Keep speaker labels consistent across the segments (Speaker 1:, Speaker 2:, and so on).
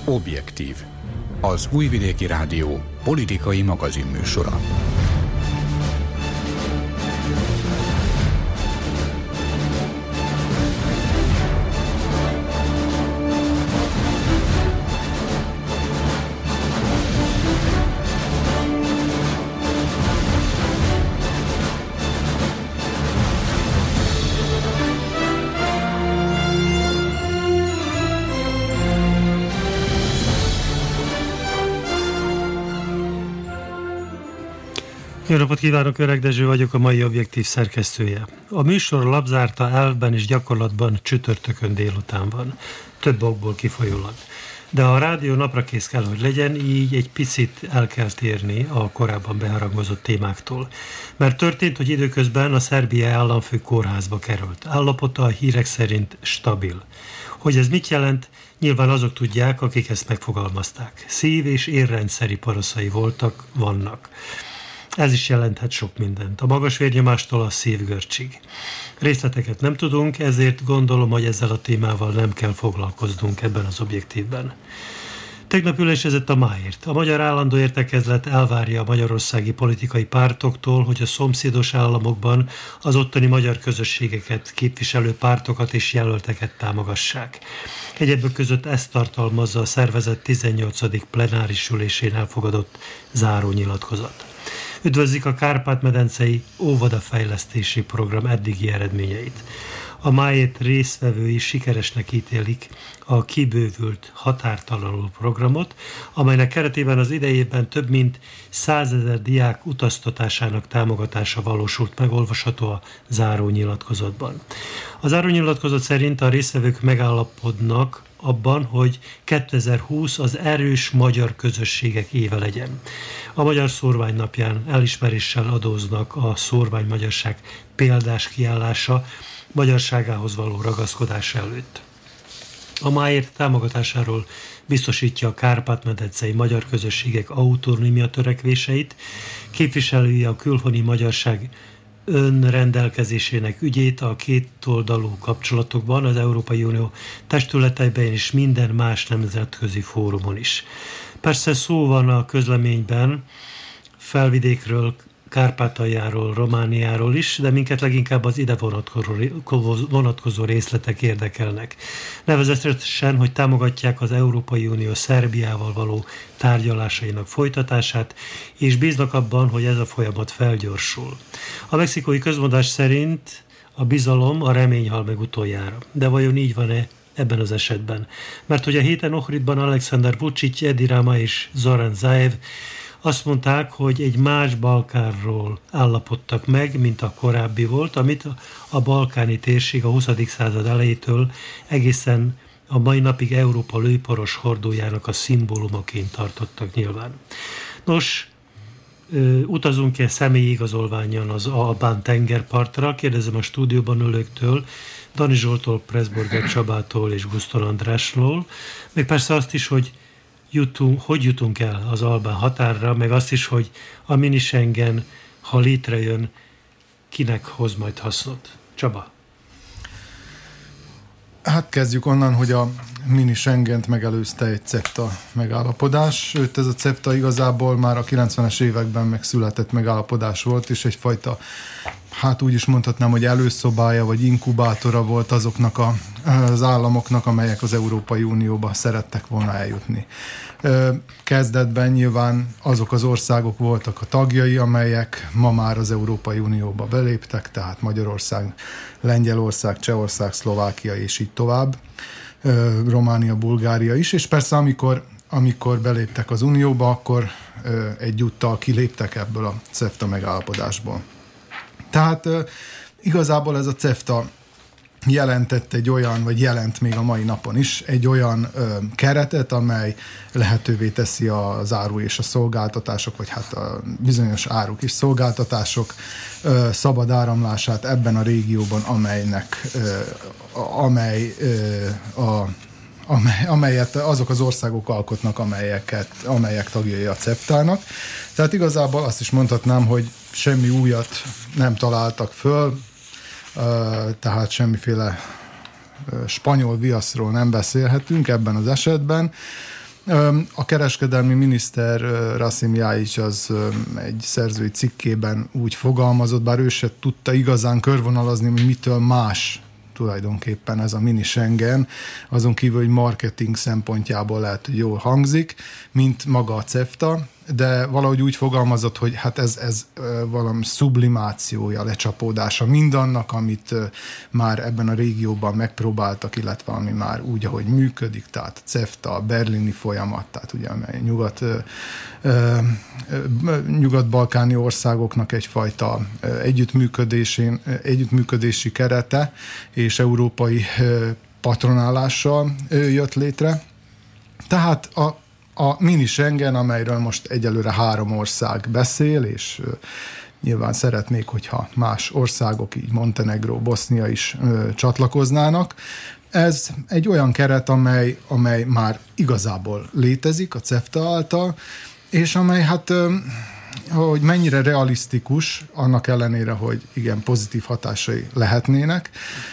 Speaker 1: Objektív. Az Újvidéki Rádió politikai magazinműsora.
Speaker 2: Jó napot kívánok, Öreg Dezső vagyok, a mai Objektív szerkesztője. A műsor labzárta elvben és gyakorlatban csütörtökön délután van, több okból kifolyólag. De a rádió naprakész kell, hogy legyen, így egy picit el kell térni a korábban beharangozott témáktól. Mert történt, hogy időközben a szerbiai államfő kórházba került. Állapota a hírek szerint stabil. Hogy ez mit jelent, nyilván azok tudják, akik ezt megfogalmazták. Szív- és érrendszeri panaszai vannak. Ez is jelenthet sok mindent, a magas vérnyomástól a szívgörcsig. Részleteket nem tudunk, ezért gondolom, hogy ezzel a témával nem kell foglalkoznunk ebben az objektívben. Tegnap ülésezett a MÁ-ért. A Magyar Állandó Értekezlet elvárja a magyarországi politikai pártoktól, hogy a szomszédos államokban az ottani magyar közösségeket képviselő pártokat és jelölteket támogassák. Egyebek között ezt tartalmazza a szervezet 18. plenáris ülésén elfogadott zárónyilatkozat. Üdvözlik a Kárpát-medencei óvodafejlesztési program eddigi eredményeit. A MÁ-ért résztvevői sikeresnek ítélik a kibővült határtalanul programot, amelynek keretében az idejében több mint 100 000 diák utaztatásának támogatása valósult meg, olvasható a zárónyilatkozatban. A zárónyilatkozat szerint a résztvevők megállapodnak abban, hogy 2020 az erős magyar közösségek éve legyen. A Magyar Szórvány napján elismeréssel adóznak a szórványmagyarság példás kiállása magyarságához való ragaszkodás előtt. A MÁ-ért támogatásáról biztosítja a Kárpát-medencei magyar közösségek autonómia törekvéseit, képviselői a külhoni magyarság önrendelkezésének ügyét a kétoldalú kapcsolatokban, az Európai Unió testületeiben és minden más nemzetközi fórumon is. Persze szó van a közleményben Felvidékről, Kárpátaljáról, Romániáról is, de minket leginkább az ide vonatkozó részletek érdekelnek. Nevezetesen, hogy támogatják az Európai Unió Szerbiával való tárgyalásainak folytatását, és bíznak abban, hogy ez a folyamat felgyorsul. A mexikói közmondás szerint a bizalom a remény hal meg utoljára. De vajon így van-e ebben az esetben? Mert hogy a héten Ohridban Alexander Vučić, Edi Rama és Zoran Zaev azt mondták, hogy egy más Balkánról állapodtak meg, mint a korábbi volt, amit a balkáni térség a 20. század elejétől egészen a mai napig Európa lőporos hordójának a szimbólumaként tartottak nyilván. Nos, utazunk-e személyi igazolványon az albán tengerpartra? Kérdezem a stúdióban ülőktől, Dani Zsoltól, Pressburger Csabától és Guszton Andrásról, meg persze azt is, hogy jutunk el az albán határra, meg azt is, hogy a mini Schengen, ha létrejön, kinek hoz majd hasznot. Csaba.
Speaker 3: Hát kezdjük onnan, hogy a mini Schengent megelőzte egy CEFTA megállapodás. Sőt, ez a CEFTA igazából már a 90-es években megszületett megállapodás volt, és egyfajta, hát úgy is mondhatnám, hogy előszobája vagy inkubátora volt azoknak az államoknak, amelyek az Európai Unióba szerettek volna eljutni. Kezdetben nyilván azok az országok voltak a tagjai, amelyek ma már az Európai Unióba beléptek, tehát Magyarország, Lengyelország, Csehország, Szlovákia és így tovább, Románia, Bulgária is, és persze amikor beléptek az Unióba, akkor egyúttal kiléptek ebből a CEFTA megállapodásból. Tehát igazából ez a CEFTA jelentett egy olyan, vagy jelent még a mai napon is, egy olyan keretet, amely lehetővé teszi az áru és a szolgáltatások, vagy hát a bizonyos áruk és szolgáltatások szabad áramlását ebben a régióban, amelyet azok az országok alkotnak, amelyek tagjai a CEFTA-nak. Tehát igazából azt is mondhatnám, hogy semmi újat nem találtak föl, tehát semmiféle spanyol viaszról nem beszélhetünk ebben az esetben. A kereskedelmi miniszter Rasim Ljajic az egy szerzői cikkében úgy fogalmazott, bár ő se tudta igazán körvonalazni, hogy mitől más tulajdonképpen ez a mini Schengen, azon kívül, hogy marketing szempontjából lehet, hogy jól hangzik, mint maga a CEFTA, de valahogy úgy fogalmazott, hogy hát ez valami sublimációja, lecsapódása mindannak, amit már ebben a régióban megpróbáltak, illetve ami már úgy, ahogy működik, tehát a CEFTA, a berlini folyamat, tehát ugye amely nyugat-balkáni országoknak egyfajta együttműködési kerete és európai patronálással jött létre. Tehát a mini Schengen, amelyről most egyelőre 3 ország beszél, és nyilván szeretnék, hogyha más országok, így Montenegró, Bosznia is csatlakoznának. Ez egy olyan keret, amely már igazából létezik a CEFTA által, és amely hát, hogy mennyire realisztikus, annak ellenére, hogy igen, pozitív hatásai lehetnének.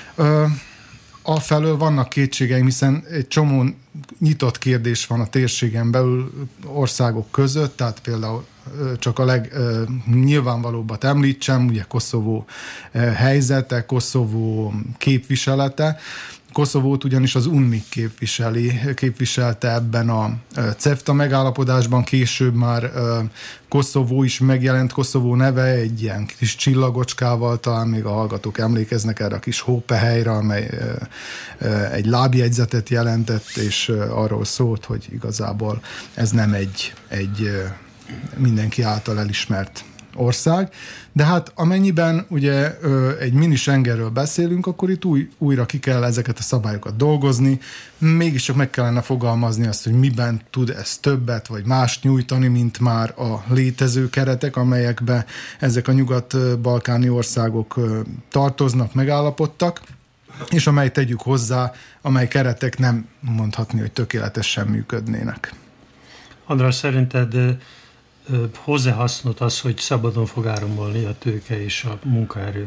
Speaker 3: Afelől vannak kétségeim, hiszen egy csomó nyitott kérdés van a térségen belül országok között, tehát például csak a legnyilvánvalóbbat említsem, ugye Koszovó helyzete, Koszovó képviselete. Koszovót ugyanis az UNMIK képviselte ebben a CEFTA megállapodásban, később már Koszovó is megjelent, Koszovó neve egy ilyen kis csillagocskával, talán még a hallgatók emlékeznek erre a kis hópehelyre, amely egy lábjegyzetet jelentett, és arról szólt, hogy igazából ez nem egy mindenki által elismert ország. De hát amennyiben ugye egy mini Schengenről beszélünk, akkor itt újra ki kell ezeket a szabályokat dolgozni, mégiscsak meg kellene fogalmazni azt, hogy miben tud ez többet vagy mást nyújtani, mint már a létező keretek, amelyekbe ezek a nyugat-balkáni országok tartoznak, megállapodtak, és amely tegyük hozzá, amely keretek nem mondhatni, hogy tökéletesen működnének.
Speaker 2: András, szerinted hozzá hasznot az, hogy szabadon fog áramolni a tőke és a munkaerő?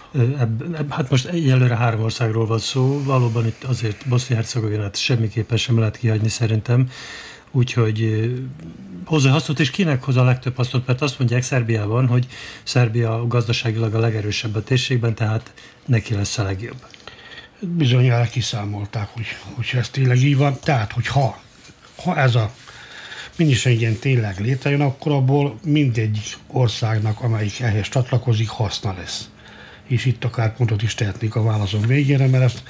Speaker 2: Hát most egyelőre 3 országról van szó, valóban itt azért Bosznia-Hercegovinát semmiképpen sem lehet kihagyni szerintem, úgyhogy hozzá hasznot, és kinek hoz a legtöbb hasznot, mert azt mondják Szerbiában, hogy Szerbia gazdaságilag a legerősebb a térségben, tehát neki lesz a legjobb.
Speaker 4: Bizonyára kiszámolták, hogy ez tényleg így van, tehát hogy ha ez a mini Schengen tényleg létrejön, akkor abból mindegy országnak, amelyik ehhez csatlakozik, haszna lesz. És itt akár pontot is tehetnék a válaszom végére, mert ezt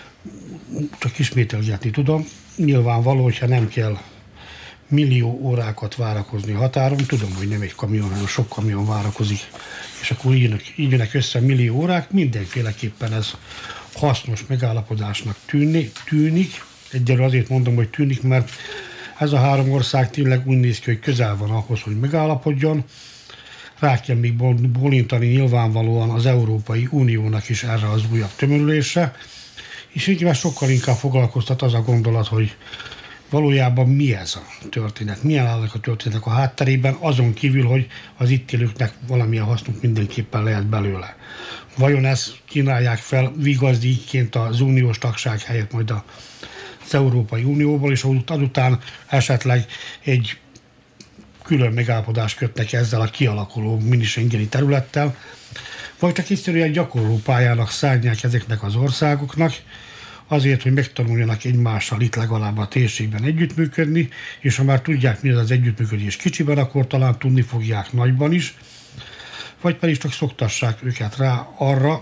Speaker 4: csak ismételgetni tudom. Nyilvánvaló, hogyha nem kell millió órákat várakozni a határon, tudom, hogy nem egy kamion, hanem sok kamion várakozik, és akkor így jönnek össze millió órák, mindenféleképpen ez hasznos megállapodásnak tűnik. Egyelőre azért mondom, hogy tűnik, mert ez a 3 ország tényleg úgy néz ki, hogy közel van ahhoz, hogy megállapodjon. Rá kell még bólintani nyilvánvalóan az Európai Uniónak is erre az újabb tömörülésre. És így sokkal inkább foglalkoztat az a gondolat, hogy valójában mi ez a történet, milyen állnak a történetek a hátterében, azon kívül, hogy az itt élőknek valamilyen hasznuk mindenképpen lehet belőle. Vajon ezt kínálják fel vigazdíjként az uniós tagság helyett majd az Európai Unióból, és azután esetleg egy külön megállapodást kötnek ezzel a kialakuló mini Schengeni területtel, vagy csak egyszerűen gyakorló pályának szárnyák ezeknek az országoknak, azért, hogy megtanuljanak egymással itt legalább a térségben együttműködni, és ha már tudják, mi az együttműködés kicsiben, akkor talán tudni fogják nagyban is, vagy pedig csak szoktassák őket rá arra,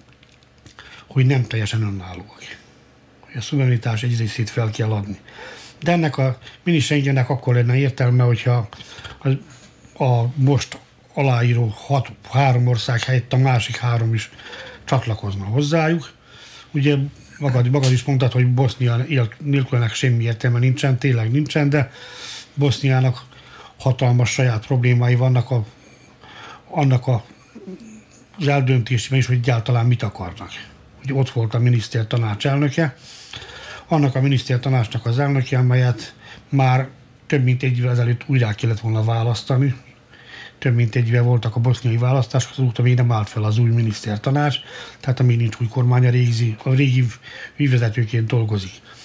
Speaker 4: hogy nem teljesen önállóak. A szuverenitás egy részét fel kell adni. De ennek a mini Schengennek akkor lenne értelme, hogyha a most aláíró 3 ország helyett a másik 3 is csatlakozna hozzájuk. Ugye magad is mondtad, hogy Bosznia nélkülnek semmi értelme nincsen, tényleg nincsen, de Boszniának hatalmas saját problémái vannak annak az eldöntésében is, hogy egyáltalán mit akarnak. Ugye ott volt a minisztertanács elnöke, annak a minisztertanácsnak az elnöke, amelyet már több mint egy évvel ezelőtt újra kellett volna választani. Több mint egy éve voltak a boszniai választások, azóta még nem állt fel az új minisztertanács, tehát amíg nincs új kormány, a régi vezetőként dolgozik.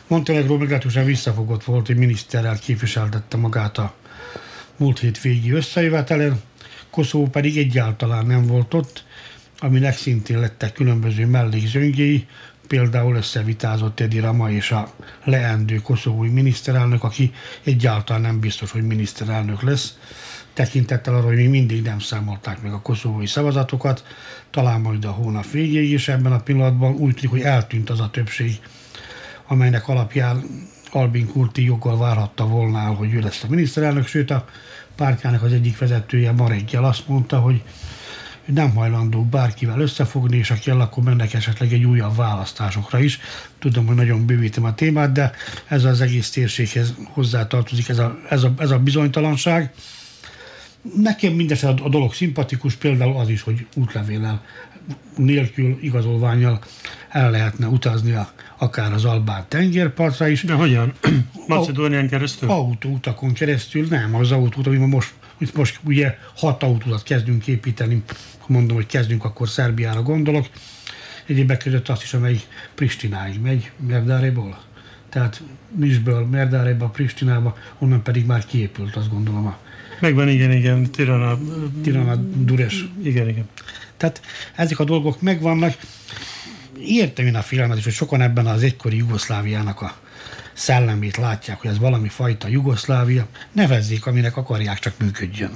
Speaker 4: Montenegro meglehetősen visszafogott volt, hogy miniszterrel képviseltette magát a múlt hét végi összejövetelen, Koszovó pedig egyáltalán nem volt ott, aminek szintén lettek különböző mellékzöngéi, például összevitázott Edi Rama és a leendő koszovói miniszterelnök, aki egyáltalán nem biztos, hogy miniszterelnök lesz, tekintettel arra, hogy még mindig nem számolták meg a koszovói szavazatokat, talán majd a hónap végéig, és ebben a pillanatban úgy tűnik, hogy eltűnt az a többség, amelynek alapján Albin Kurti joggal várhatta volna, hogy ő lesz a miniszterelnök, sőt a pártjának az egyik vezetője ma reggel azt mondta, hogy nem hajlandó bárkivel összefogni, és aki akkor mennek esetleg egy újabb választásokra is. Tudom, hogy nagyon bővítem a témát, de ez az egész térséghez hozzátartozik ez a bizonytalanság. Nekem mindesetre a dolog szimpatikus, például az is, hogy útlevéllel nélkül, igazolványjal el lehetne utazni akár az albán tengerpartra is.
Speaker 2: De hogyan? Macedónián keresztül?
Speaker 4: Autóutakon keresztül, nem az autóutak, ami most ugye 6 autóutat kezdünk építeni, mondom, hogy kezdünk, akkor Szerbiára gondolok. Egyébek között azt is, amely Pristináig megy, Merdaréból. Tehát Nisből Merdaréba, Pristinába, onnan pedig már kiépült, azt gondolom.
Speaker 2: Megvan, igen,
Speaker 4: Tirana Dures.
Speaker 2: Igen.
Speaker 4: Tehát ezek a dolgok megvannak. Értem én a félelmet is, hogy sokan ebben az egykori Jugoszláviának a szellemét látják, hogy ez valami fajta Jugoszlávia. Nevezzék, aminek akarják, csak működjön.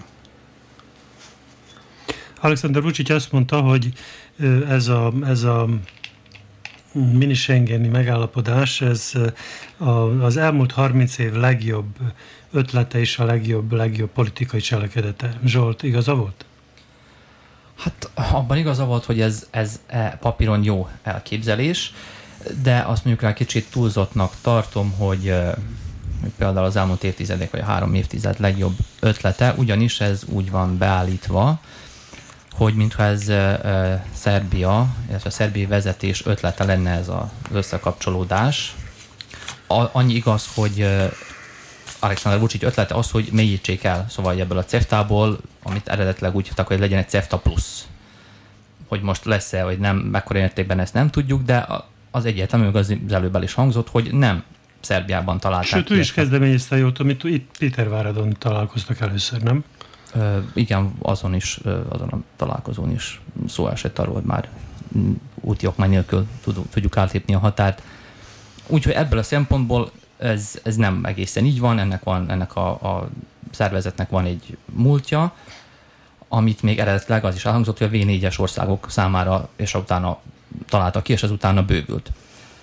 Speaker 2: Alexander Vučić azt mondta, hogy ez a mini schengeni megállapodás, ez az elmúlt 30 év legjobb ötlete és a legjobb politikai cselekedete. Zsolt, igaza volt?
Speaker 5: Hát abban igaza volt, hogy ez papíron jó elképzelés, de azt mondjuk rá kicsit túlzottnak tartom, hogy például az elmúlt évtizedek, vagy a 3 évtized legjobb ötlete, ugyanis ez úgy van beállítva, hogy mintha ez Szerbia, illetve a szerbiai vezetés ötlete lenne ez az összekapcsolódás. Annyi igaz, hogy Alexander Vučić ötlete az, hogy mélyítsék el, szóval ebből a CEFTA-ból, amit eredetileg úgy hívták, hogy legyen egy CEFTA plusz. Hogy most lesz-e, vagy nem, mekkora értékben ezt nem tudjuk, de az egyértelmű, az előbb el is hangzott, hogy nem Szerbiában találták.
Speaker 2: Sőt, ő is kezdeményezte jót, amit itt Péterváradon találkoztak először, nem?
Speaker 5: Igen, azon a találkozón is szó esett arról, hogy már úti okmány nélkül tudjuk átlépni a határt. Úgyhogy ebből a szempontból ez nem egészen így van, ennek a szervezetnek van egy múltja, amit még eredetileg az is elhangzott, hogy a V4-es országok számára, és utána találtak ki, és ez utána bővült.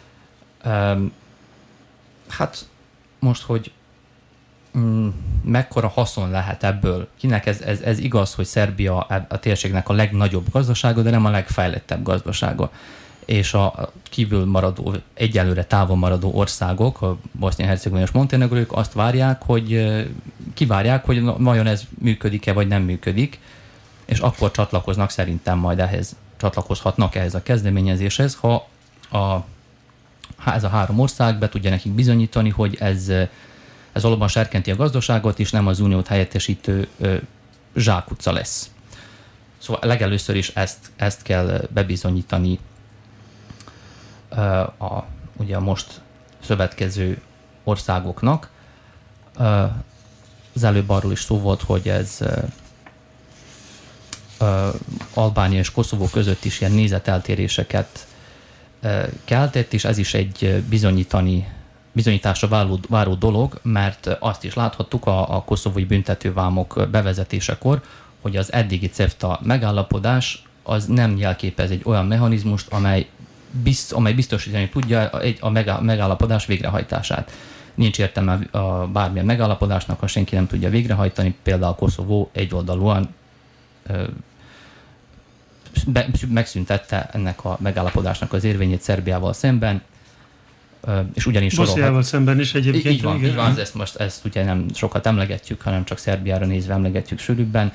Speaker 5: Hát most, hogy mekkora haszon lehet ebből? Kinek ez igaz, hogy Szerbia a térségnek a legnagyobb gazdasága, de nem a legfejlettebb gazdasága. És a kívül maradó, egyelőre távol maradó országok, a Bosznia-Hercegovina és Montenegro, ők azt várják, hogy kivárják, hogy vajon ez működik-e, vagy nem működik, és akkor csatlakoznak szerintem majd csatlakozhatnak ehhez a kezdeményezéshez, ha ez a 3 ország be tudja nekik bizonyítani, hogy ez valóban serkenti a gazdaságot, és nem az uniót helyettesítő zsákutca lesz. Szóval legelőször is ezt kell bebizonyítani ugye a most szövetkező országoknak. Az előbb arról is szó volt, hogy ez Albánia és Koszovó között is ilyen nézeteltéréseket keltett, és ez is egy bizonyításra váró dolog, mert azt is láthattuk a koszovói büntetővámok bevezetésekor, hogy az eddigi CEFTA megállapodás az nem jelképez egy olyan mechanizmust, amely biztosítani tudja a megállapodás végrehajtását. Nincs értelme a bármilyen megállapodásnak, ha senki nem tudja végrehajtani, például Koszovó egyoldalúan megszüntette ennek a megállapodásnak az érvényét Szerbiával szemben, és ugyanis
Speaker 2: Boszniával szemben is egyébként.
Speaker 5: Így van, ezt ugye nem sokat emlegetjük, hanem csak Szerbiára nézve emlegetjük sűrűbben.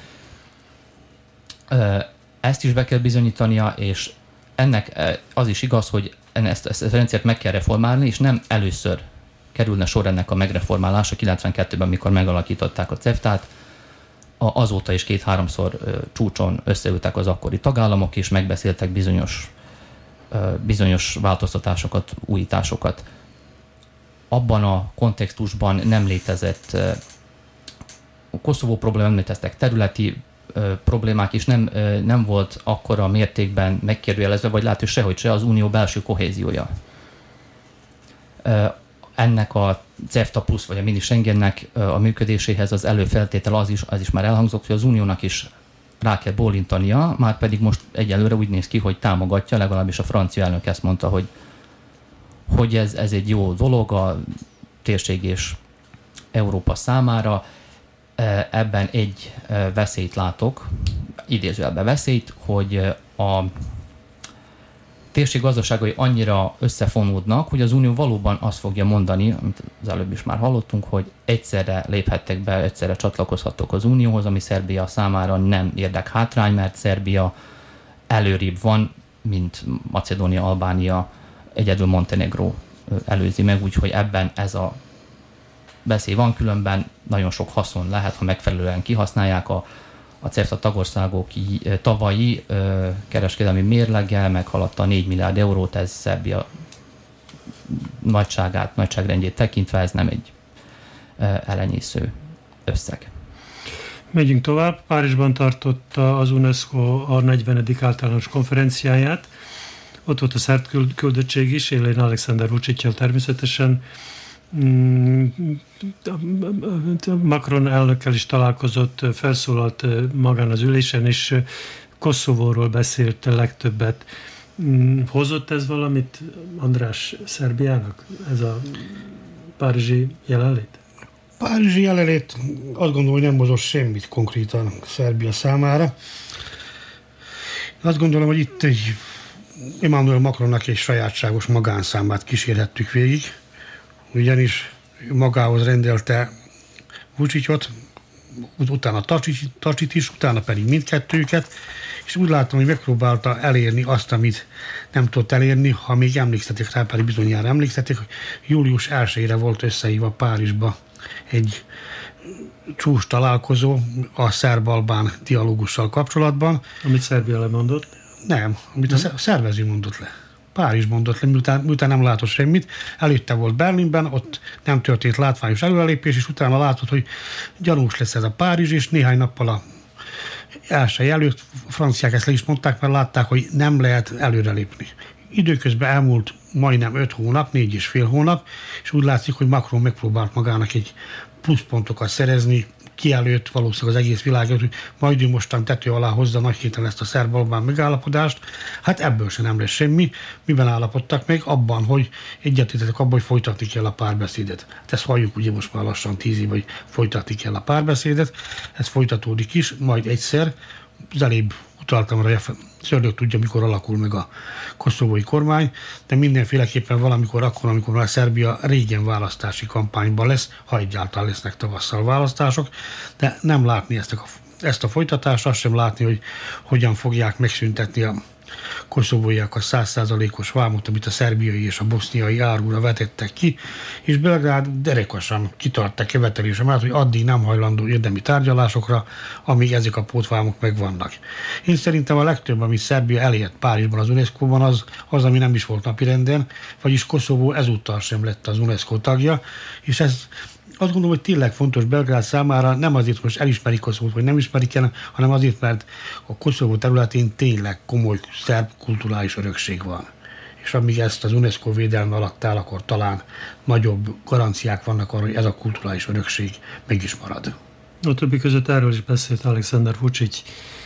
Speaker 5: Ezt is be kell bizonyítania, és ennek az is igaz, hogy ezt a rendszert meg kell reformálni, és nem először kerülne sor ennek a megreformálása 92-ben, amikor megalakították a CEFTA-t. Azóta is 2-3-szor csúcson összeültek az akkori tagállamok, és megbeszéltek bizonyos változtatásokat, újításokat. abban a kontextusban nem létezett a Koszovó probléma, nem léteztek területi problémák, és nem volt akkora mértékben megkérdőjelezve, vagy látő sehogy se az unió belső kohéziója. Ennek a CEFTA plusz, vagy a mini Schengennek a működéséhez az előfeltétel az is már elhangzott, hogy az uniónak is rá kell bólintania, már pedig most egyelőre úgy néz ki, hogy támogatja, legalábbis a francia elnök ezt mondta, hogy ez egy jó dolog a térség és Európa számára. Ebben egy veszélyt látok, idézőjelben veszélyt, hogy a térség gazdaságai annyira összefonódnak, hogy az Unió valóban azt fogja mondani, amit az előbb is már hallottunk, hogy egyszerre léphettek be, egyszerre csatlakozhattok az Unióhoz, ami Szerbia számára nem érdekhátrány, mert Szerbia előrébb van, mint Macedónia, Albánia, egyedül Montenegró előzi meg, úgyhogy ebben ez a veszély van, különben nagyon sok haszon lehet, ha megfelelően kihasználják a CEFTA tagországok tavalyi kereskedelmi mérlege meghaladta 4 milliárd eurót, ez Szerbia nagyságrendjét tekintve, ez nem egy elenyésző összeg.
Speaker 2: Megyünk tovább. Párizsban tartotta az UNESCO a 40. általános konferenciáját. Ott volt a szerb küldöttség is, élén Alexander Vučićsal természetesen. Macron elnökkel is találkozott, felszólalt magán az ülésen, és Koszovóról beszélt legtöbbet. Hozott ez valamit, András, Szerbiának, ez a párizsi jelenlét?
Speaker 4: Párizsi jelenlét azt gondolom, hogy nem hozott semmit konkrétan Szerbia számára. Azt gondolom, hogy itt egy Emmanuel Macronnak egy sajátságos magánszámát kísérhettük végig, ugyanis magához rendelte Vučićot, utána Tacsit is, utána pedig mindkettőket, és úgy látom, hogy megpróbálta elérni azt, amit nem tudott elérni, ha még emlékszetek rá, pedig bizonyára emlékszetek, hogy július 1-ére volt összehívva Párizsba egy csúcs találkozó a szerb-albán dialógussal kapcsolatban.
Speaker 2: Amit Szerbia lemondott?
Speaker 4: Nem, amit a szervező mondott le. Párizs mondott le, miután nem látott semmit. Előtte volt Berlinben, ott nem történt látványos előrelépés, és utána látott, hogy gyanús lesz ez a Párizs, és néhány nappal a első előtt a franciák ezt le is mondták, mert látták, hogy nem lehet előrelépni. Időközben elmúlt majdnem 5 hónap, 4,5 hónap, és úgy látszik, hogy Macron megpróbált magának egy pluszpontokat szerezni, kielőtt valószínűleg az egész világot, hogy majd ő mostan tető alá hozza nagykéten ezt a szerb-albán megállapodást. Hát ebből sem nem lesz semmi. Miben állapodtak meg? Abban, hogy egyetértettek abban, hogy folytatni kell a párbeszédet. Hát ezt halljuk ugye most már lassan 10 év, hogy folytatni kell a párbeszédet. Ez folytatódik is, majd egyszer. Az elébb utaltam rá, szördög tudja, mikor alakul meg a koszovói kormány, de mindenféleképpen valamikor akkor, amikor már Szerbia régen választási kampányban lesz, ha egyáltalán lesznek tavasszal választások, de nem látni ezt a folytatást, azt sem látni, hogy hogyan fogják megszüntetni a koszovóiak a 100%-os vámot, amit a szerbiai és a boszniai árura vetettek ki, és Belgrád derekosan kitart követelése mellett, hogy addig nem hajlandó érdemi tárgyalásokra, amíg ezek a pótvámok megvannak. Én szerintem a legtöbb, amit Szerbia elért Párizsban az UNESCO-ban, az, ami nem is volt napirenden, vagyis Koszovó ezúttal sem lett az UNESCO tagja, és ez azt gondolom, hogy tényleg fontos Belgrád számára, nem azért, hogy most elismerik Koszovót, vagy nem ismerik el, hanem azért, mert a Koszovó területén tényleg komoly szerb kulturális örökség van. És amíg ezt az UNESCO védelme alatt áll, akkor talán nagyobb garanciák vannak arra, hogy ez a kulturális örökség meg is marad.
Speaker 2: A többi között erről is beszélt Alexander Vučić,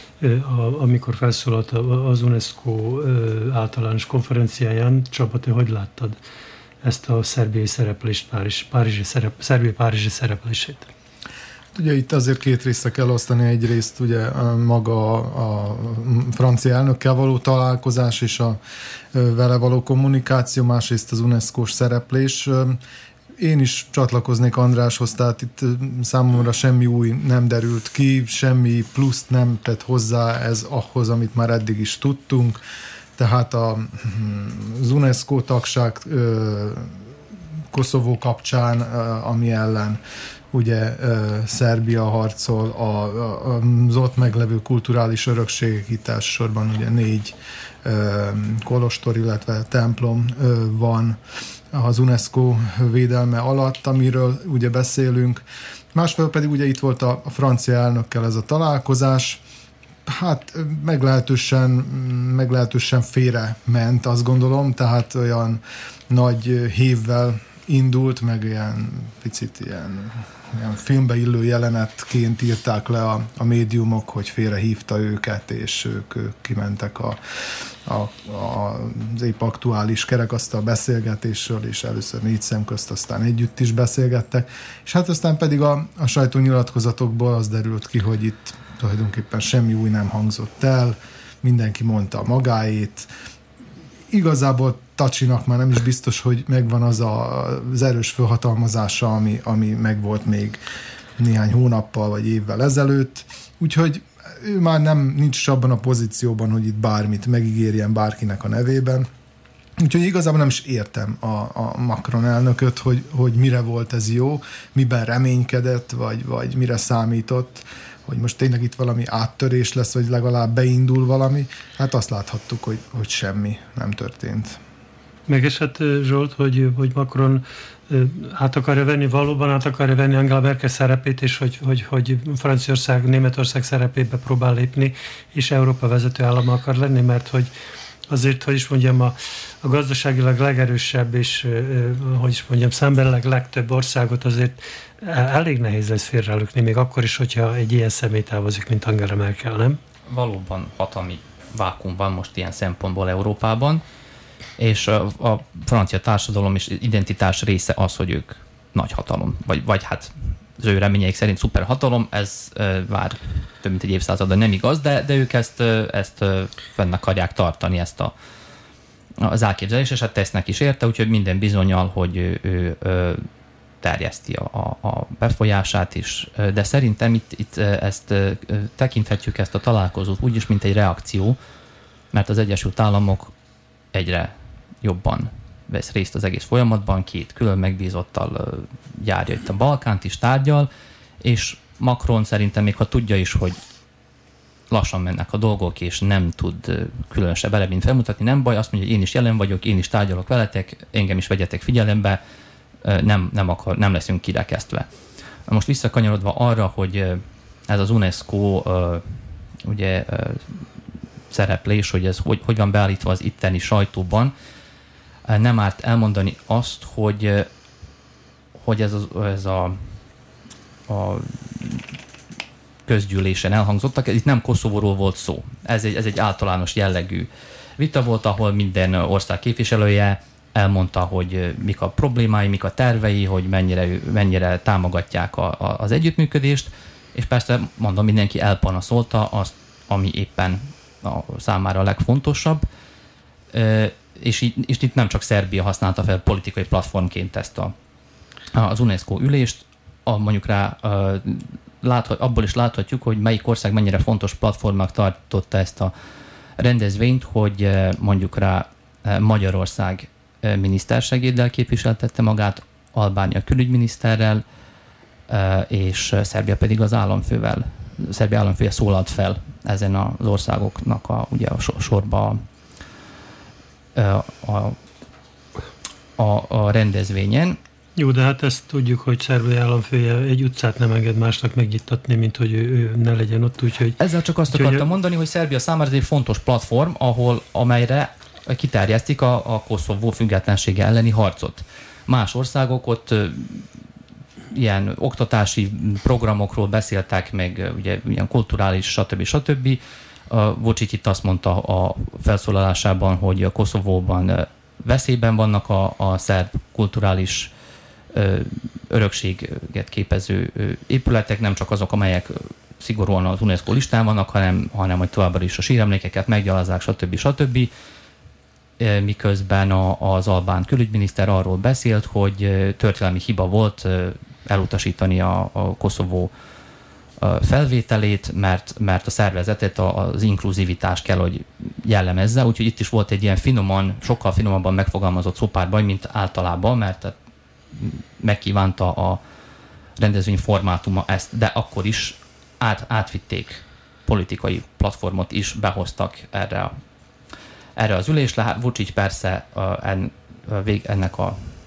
Speaker 2: amikor felszólalt az UNESCO általános konferenciáján. Csaba, te hogy láttad ezt a szerbiai szereplést, Szerbia-párizsi szereplését?
Speaker 3: Ugye itt azért két részre kell osztani, egyrészt ugye maga a francia elnökkel való találkozás és a vele való kommunikáció, másrészt az UNESCO-s szereplés. Én is csatlakoznék Andráshoz, tehát itt számomra semmi új nem derült ki, semmi pluszt nem tett hozzá ez ahhoz, amit már eddig is tudtunk. Tehát az UNESCO tagság Koszovó kapcsán, ami ellen ugye Szerbia harcol, az ott meglevő kulturális örökség, itt elsősorban ugye 4 kolostor, illetve templom van, az UNESCO védelme alatt, amiről ugye beszélünk. Másfelől pedig ugye itt volt a francia elnökkel ez a találkozás, hát meglehetősen félre ment, azt gondolom, tehát olyan nagy hévvel indult, meg ilyen picit ilyen filmbe illő jelenetként írták le a médiumok, hogy félrehívta őket, és ők kimentek az épp aktuális kerekasztal beszélgetésről, és először 4 szem közt, aztán együtt is beszélgettek, és hát aztán pedig a sajtónyilatkozatokból az derült ki, hogy itt tulajdonképpen semmi új nem hangzott el, mindenki mondta magáét. Igazából Tacsinak már nem is biztos, hogy megvan az erős felhatalmazása, ami megvolt még néhány hónappal vagy évvel ezelőtt. Úgyhogy ő már nincs is abban a pozícióban, hogy itt bármit megígérjen bárkinek a nevében. Úgyhogy igazából nem is értem a Macron elnököt, hogy mire volt ez jó, miben reménykedett, vagy mire számított, hogy most tényleg itt valami áttörés lesz, vagy legalább beindul valami. Hát azt láthattuk, hogy semmi nem történt.
Speaker 2: Megesett, Zsolt, hogy Macron valóban át akarja venni Angela Merkel szerepét, és hogy Franciaország, Németország szerepébe próbál lépni, és Európa vezető állama akar lenni, mert hogy azért, hogy is mondjam, a gazdaságilag legerősebb és, hogy is mondjam, szembenleg legtöbb országot azért elég nehéz lesz félrelökni, még akkor is, hogyha egy ilyen személy távozik, mint Angela Merkel, nem?
Speaker 5: Valóban hatalmi vákuum van most ilyen szempontból Európában, és a francia társadalom és identitás része az, hogy ők nagy hatalom, vagy hát az ő reményeik szerint szuperhatalom, ez már több mint egy évszázada nem igaz, de ők ezt fenn akarják tartani, ezt az elképzelést, és hát tesznek is érte, úgyhogy minden bizonnyal, hogy ő terjeszti a befolyását is, de szerintem itt ezt tekinthetjük, ezt a találkozót úgyis, mint egy reakció, mert az Egyesült Államok egyre jobban vesz részt az egész folyamatban, 2 külön megbízottal járja itt a Balkánt is, tárgyal, és Macron szerintem még ha tudja is, hogy lassan mennek a dolgok, és nem tud különösebb eredményt felmutatni, nem baj, azt mondja, hogy én is jelen vagyok, én is tárgyalok veletek, engem is vegyetek figyelembe, nem leszünk kirekesztve. Most visszakanyarodva arra, hogy ez az UNESCO ugye szereplés, hogy ez hogy van beállítva az itteni sajtóban, nem árt elmondani azt, hogy ez a közgyűlésen elhangzottak, itt nem Koszovóról volt szó. Ez egy általános jellegű vita volt, ahol minden ország képviselője elmondta, hogy mik a problémái, mik a tervei, hogy mennyire támogatják az együttműködést, és persze mondom, mindenki elpanaszolta azt, ami éppen számára a legfontosabb, és itt nem csak Szerbia használta fel politikai platformként ezt az UNESCO ülést, mondjuk rá abból is láthatjuk, hogy melyik ország mennyire fontos platformnak tartotta ezt a rendezvényt, hogy mondjuk rá Magyarország minisztersegéddel képviseltette magát, Albánia külügyminiszterrel, és Szerbia pedig az államfővel. Szerbia államfője szólalt fel ezen az országoknak ugye a sorba a rendezvényen.
Speaker 2: Jó, de hát ezt tudjuk, hogy Szerbia államfője egy utcát nem enged másnak megnyitatni, mint hogy ő ne legyen ott, úgyhogy...
Speaker 5: Ezzel csak azt akartam mondani, hogy Szerbia számára ez egy fontos platform, amelyre kiterjesztik a Koszovó függetlensége elleni harcot. Más országok ott ilyen oktatási programokról beszéltek, meg ugye ilyen kulturális, stb. Vučić itt azt mondta a felszólalásában, hogy a Koszovóban veszélyben vannak a szerb kulturális örökséget képező épületek, nem csak azok, amelyek szigorúan az UNESCO listán vannak, hanem hogy továbbra is a síremlékeket meggyalazzák, stb. Miközben az albán külügyminiszter arról beszélt, hogy történelmi hiba volt elutasítani a Koszovó felvételét, mert a szervezetet az inkluzivitás kell, hogy jellemezze, úgyhogy itt is volt egy ilyen sokkal finomabban megfogalmazott szópárbaj, mint általában, mert megkívánta a rendezvény formátuma ezt, de akkor is átvitték, politikai platformot is behoztak erre az ülésre. Vučić persze ennek a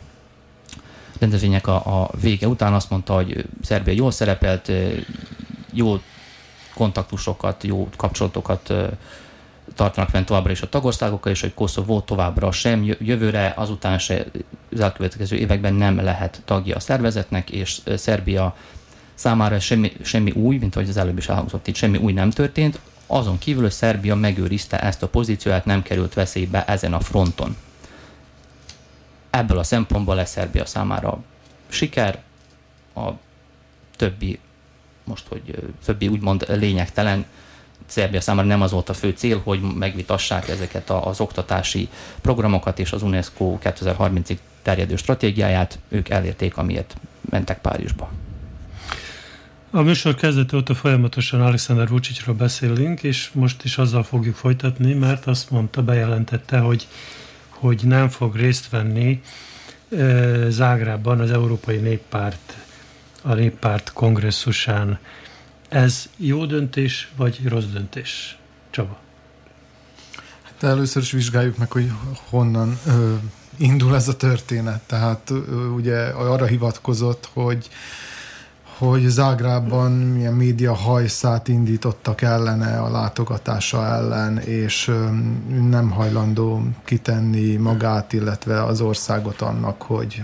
Speaker 5: rendezvények a vége után azt mondta, hogy Szerbia jól szerepelt, jó kontaktusokat, jó kapcsolatokat tartanak fenn továbbra is a tagországokkal, és hogy Koszovó továbbra sem, jövőre, azután se, az elkövetkező években nem lehet tagja a szervezetnek, és Szerbia számára semmi új, mint ahogy az előbb is elhangzott itt, semmi új nem történt. Azon kívül, hogy Szerbia megőrizte ezt a pozíciót, nem került veszélybe ezen a fronton. Ebből a szempontból lesz Szerbia számára siker, a többi úgymond lényegtelen. Szerbia számára nem az volt a fő cél, hogy megvitassák ezeket az oktatási programokat és az UNESCO 2030-ig terjedő stratégiáját. Ők elérték, amiért mentek Párizsba.
Speaker 2: A műsor kezdete óta folyamatosan Aleksandar Vučićról beszélünk, és most is azzal fogjuk folytatni, mert azt mondta, bejelentette, hogy nem fog részt venni Zágrábban az Európai Néppárt kongresszusán. Ez jó döntés, vagy rossz döntés? Csaba?
Speaker 3: Hát először is vizsgáljuk meg, hogy honnan indul ez a történet. Tehát ugye arra hivatkozott, hogy Zágrábban milyen média hajszát indítottak ellene, a látogatása ellen, és nem hajlandó kitenni magát, illetve az országot annak, hogy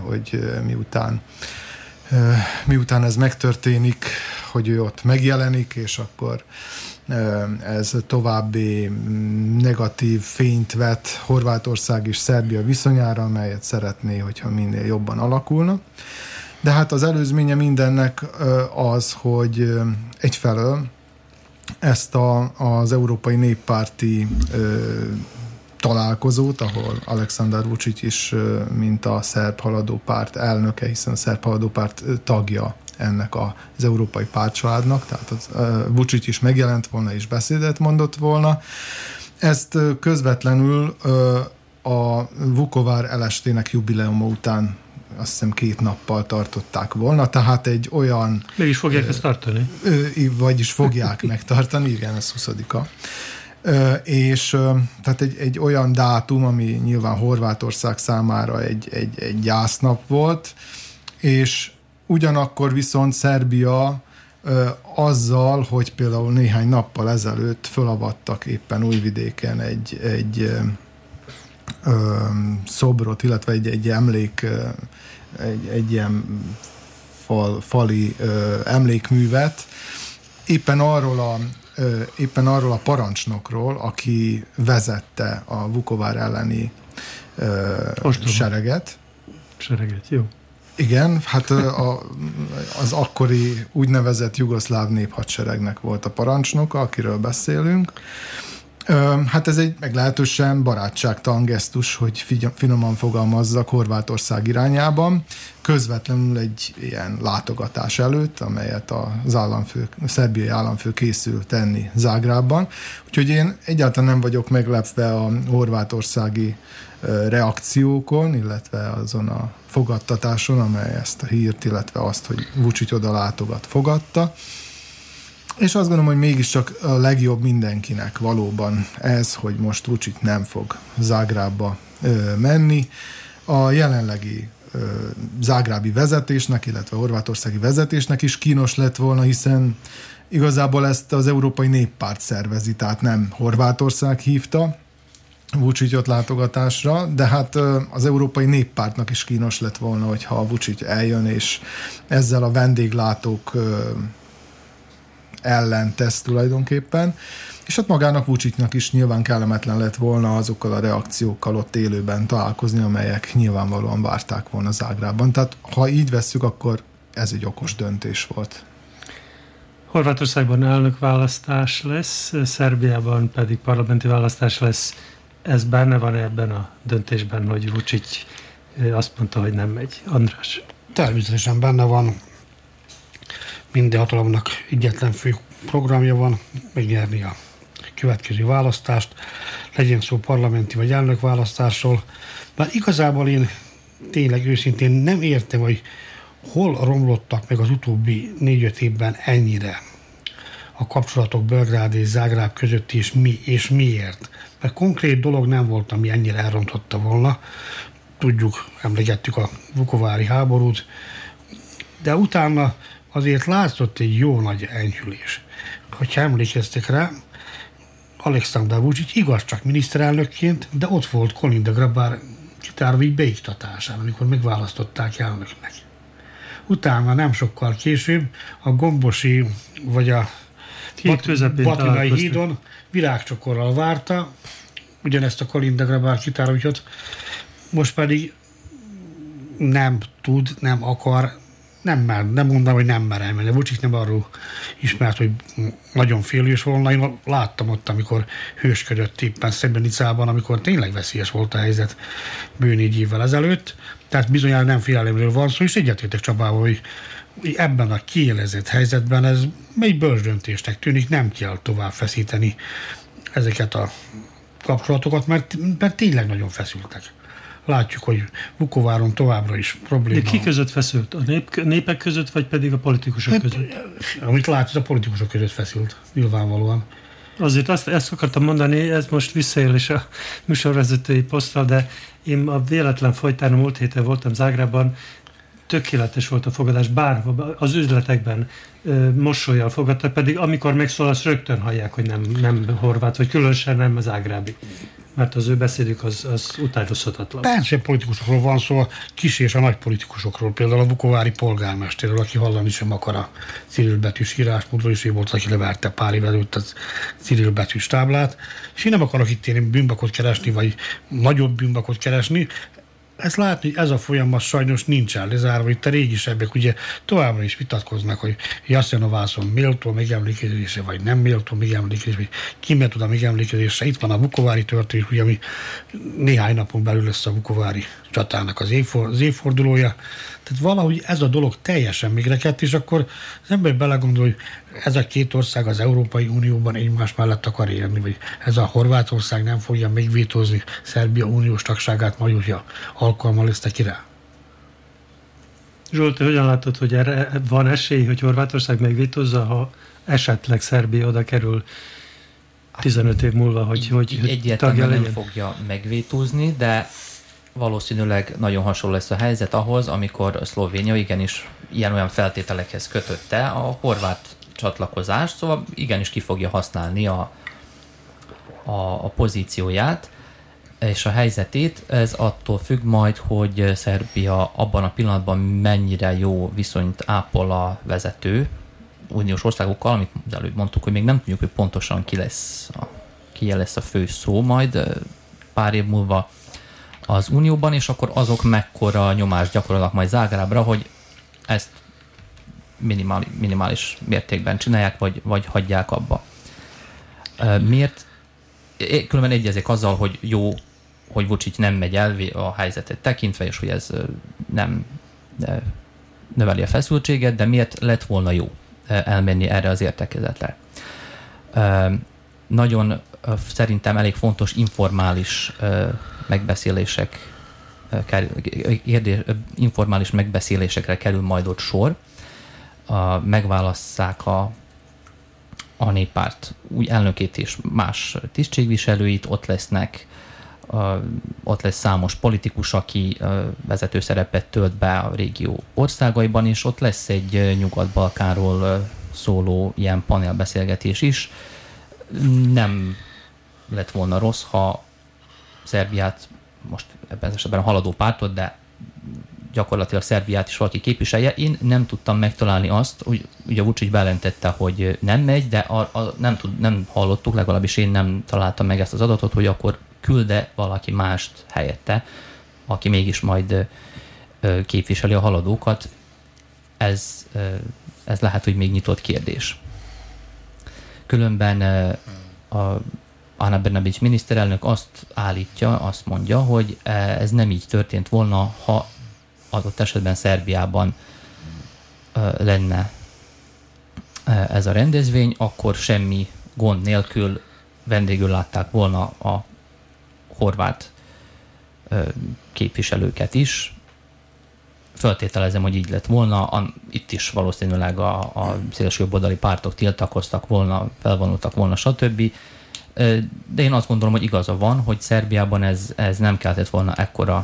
Speaker 3: miután ez megtörténik, hogy ő ott megjelenik, és akkor ez további negatív fényt vet Horvátország és Szerbia viszonyára, amelyet szeretné, hogyha minél jobban alakulna. De hát az előzménye mindennek az, hogy egyfelől ezt az Európai Néppárti találkozót, ahol Aleksandar Vučić is, mint a szerb haladó párt elnöke, hiszen a szerb haladó párt tagja ennek az európai pártcsaládnak, tehát Vučić is megjelent volna és beszédet mondott volna. Ezt közvetlenül a Vukovár elestének jubileuma után azt hiszem 2 nappal tartották volna, tehát egy olyan...
Speaker 2: Meg is fogják ezt tartani.
Speaker 3: Vagyis fogják megtartani, igen, ez 20-a. És tehát egy olyan dátum, ami nyilván Horvátország számára egy gyásznap volt, és ugyanakkor viszont Szerbia azzal, hogy például néhány nappal ezelőtt fölavattak éppen Újvidéken egy szobrot, arról, egy emlék, egy ilyen fali emlékművet, éppen arról a parancsnokról, aki vezette a Vukovár elleni sereget.
Speaker 2: Sereget, jó.
Speaker 3: Igen, hát az akkori úgynevezett jugoszláv néphadseregnek volt a parancsnoka, akiről beszélünk. Hát ez egy meglehetősen barátságtalan gesztus, hogy finoman fogalmazzak, Horvátország irányában, közvetlenül egy ilyen látogatás előtt, amelyet a szerbiai államfő készül tenni Zágrábban. Úgyhogy én egyáltalán nem vagyok meglepve a horvátországi reakciókon, illetve azon a fogadtatáson, amely ezt a hírt, illetve azt, hogy Vučić oda látogat, fogadta. És azt gondolom, hogy mégiscsak a legjobb mindenkinek valóban ez, hogy most Vučić nem fog Zágrábba menni. A jelenlegi zágrábi vezetésnek, illetve horvátországi vezetésnek is kínos lett volna, hiszen igazából ezt az Európai Néppárt szervezi, tehát nem Horvátország hívta Vučićot látogatásra, de hát az Európai Néppártnak is kínos lett volna, hogyha a Vučić eljön, és ezzel a vendéglátók ellen tesz tulajdonképpen, és hát magának Vučićnak is nyilván kellemetlen lett volna azokkal a reakciókkal ott élőben találkozni, amelyek nyilvánvalóan várták volna Zágrában. Tehát ha így vesszük, akkor ez egy okos döntés volt.
Speaker 2: Horvátországban elnökválasztás lesz, Szerbiában pedig parlamenti választás lesz. Ez benne van ebben a döntésben, hogy Vučić azt mondta, hogy nem megy. András?
Speaker 4: Természetesen benne van. Minden hatalomnak egyetlen fő programja van, megnyerni a következő választást, legyen szó parlamenti vagy elnökválasztásról. Bár igazából én tényleg őszintén nem értem, hogy hol romlottak meg az utóbbi 4-5 évben ennyire a kapcsolatok Belgrád és Zágráb között, és miért. Mert konkrét dolog nem volt, ami ennyire elrontotta volna. tudjuk, emlegettük a vukovári háborút, de utána azért látszott egy jó nagy enyhülés. Hogyha emlékeztek rá, Aleksandr Vučić igaz csak miniszterelnökként, de ott volt Kolinda Grabar-Kitarović beiktatásán, amikor megválasztották elnöknek. Utána nem sokkal később a Gombosi vagy a Batinai hídon virágcsokorral várta ugyanezt a Kolinda Grabar-Kitarovićot, most pedig nem tud, nem akar, nem mondom, hogy nem mer elmenni. Vučić nem arról ismert, hogy nagyon félős volna. Én láttam ott, amikor hősködött éppen Srebrenicában, amikor tényleg veszélyes volt a helyzet bő 4 évvel ezelőtt. Tehát bizonyára nem félelemről van szó, és egyetértek Csabával, hogy ebben a kiélezett helyzetben ez egy bölcs döntésnek tűnik, nem kell tovább feszíteni ezeket a kapcsolatokat, mert tényleg nagyon feszültek. Látjuk, hogy Vukováron továbbra is probléma.
Speaker 2: De ki között feszült? A népek között, vagy pedig a politikusok között?
Speaker 4: Amit látsz, a politikusok között feszült, nyilvánvalóan.
Speaker 2: Azért ezt akartam mondani, ez most visszaélés a műsorvezetői poszttal, de én a véletlen folytán a múlt héten voltam Zágrában, tökéletes volt a fogadás, bárhol, az üzletekben mosollyal fogadtak, pedig amikor megszólalsz, rögtön hallják, hogy nem horvát, vagy különösen nem az ágrábi. Mert az ő beszédük az utánozhatatlan.
Speaker 4: Persze politikusokról van szó, a kis és a nagy politikusokról, például a vukovári polgármesterről, aki hallani sem akar a cirilbetűs írásmódról, és ő volt, aki leverte pár évvel előtt a cirilbetűs táblát, és én nem akarok itt én bűnbakot keresni, vagy nagyobb bűnbakot keresni. Ezt látni, hogy ez a folyamat sajnos nincsen lezárva. Itt a régisebbek ugye továbbra is vitatkoznak, hogy Jasenovászon méltó megemlékezésre, vagy nem méltó megemlékezésre, vagy ki tud a megemlékezésre. Itt van a vukovári történet, ugye, ami néhány napon belül lesz a vukovári csatának az évfordulója. Tehát valahogy ez a dolog teljesen megrekedt, és akkor az ember belegondol, hogy ez a két ország az Európai Unióban egymás mellett akar élni, vagy ez a Horvátország nem fogja megvétózni Szerbia uniós tagságát, majd hogyha alkalma lesz neki rá.
Speaker 2: Zsolt, hogyan látod, hogy erre van esély, hogy Horvátország megvétózza, ha esetleg Szerbia oda kerül 15 év múlva, hogy
Speaker 5: egyáltalán nem fogja megvétózni, de valószínűleg nagyon hasonló lesz a helyzet ahhoz, amikor Szlovénia igenis ilyen-olyan feltételekhez kötötte a horvát csatlakozást, szóval igenis ki fogja használni a pozícióját és a helyzetét. Ez attól függ majd, hogy Szerbia abban a pillanatban mennyire jó viszonyt ápol a vezető uniós országokkal, amit előbb mondtuk, hogy még nem tudjuk, hogy pontosan ki lesz a fő szó majd pár év múlva az Unióban, és akkor azok mekkora nyomást gyakorolnak majd Zágrábra, hogy ezt minimális mértékben csinálják, vagy hagyják abba. Miért? Különben egyezek azzal, hogy jó, hogy Vučić nem megy el a helyzetet tekintve, és hogy ez nem növeli a feszültséget, de miért lett volna jó elmenni erre az értekezetre? Nagyon szerintem elég fontos informális informális megbeszélésekre kerül majd ott sor. Megválasszák a néppárt új elnökét és más tisztségviselőit, ott lesz számos politikus, aki vezető szerepet tölt be a régió országaiban, és ott lesz egy Nyugat-Balkánról szóló ilyen panelbeszélgetés is. Nem lett volna rossz, ha Szerbiát, most ebben az esetben a haladó pártot, de gyakorlatilag Szerbiát is valaki képviselje. Én nem tudtam megtalálni azt, hogy ugye Vučić bejelentette, hogy nem megy, de nem hallottuk, legalábbis én nem találtam meg ezt az adatot, hogy akkor külde valaki mást helyette, aki mégis majd képviseli a haladókat. Ez lehet, hogy még nyitott kérdés. Különben Ana Brnabić miniszterelnök azt mondja, hogy ez nem így történt volna, ha adott esetben Szerbiában lenne ez a rendezvény, akkor semmi gond nélkül vendégül látták volna a horvát képviselőket is. Föltételezem, hogy így lett volna. Itt is valószínűleg a szélsőjobboldali pártok tiltakoztak volna, felvonultak volna, stb. De én azt gondolom, hogy igaza van, hogy Szerbiában ez nem keltett volna ekkora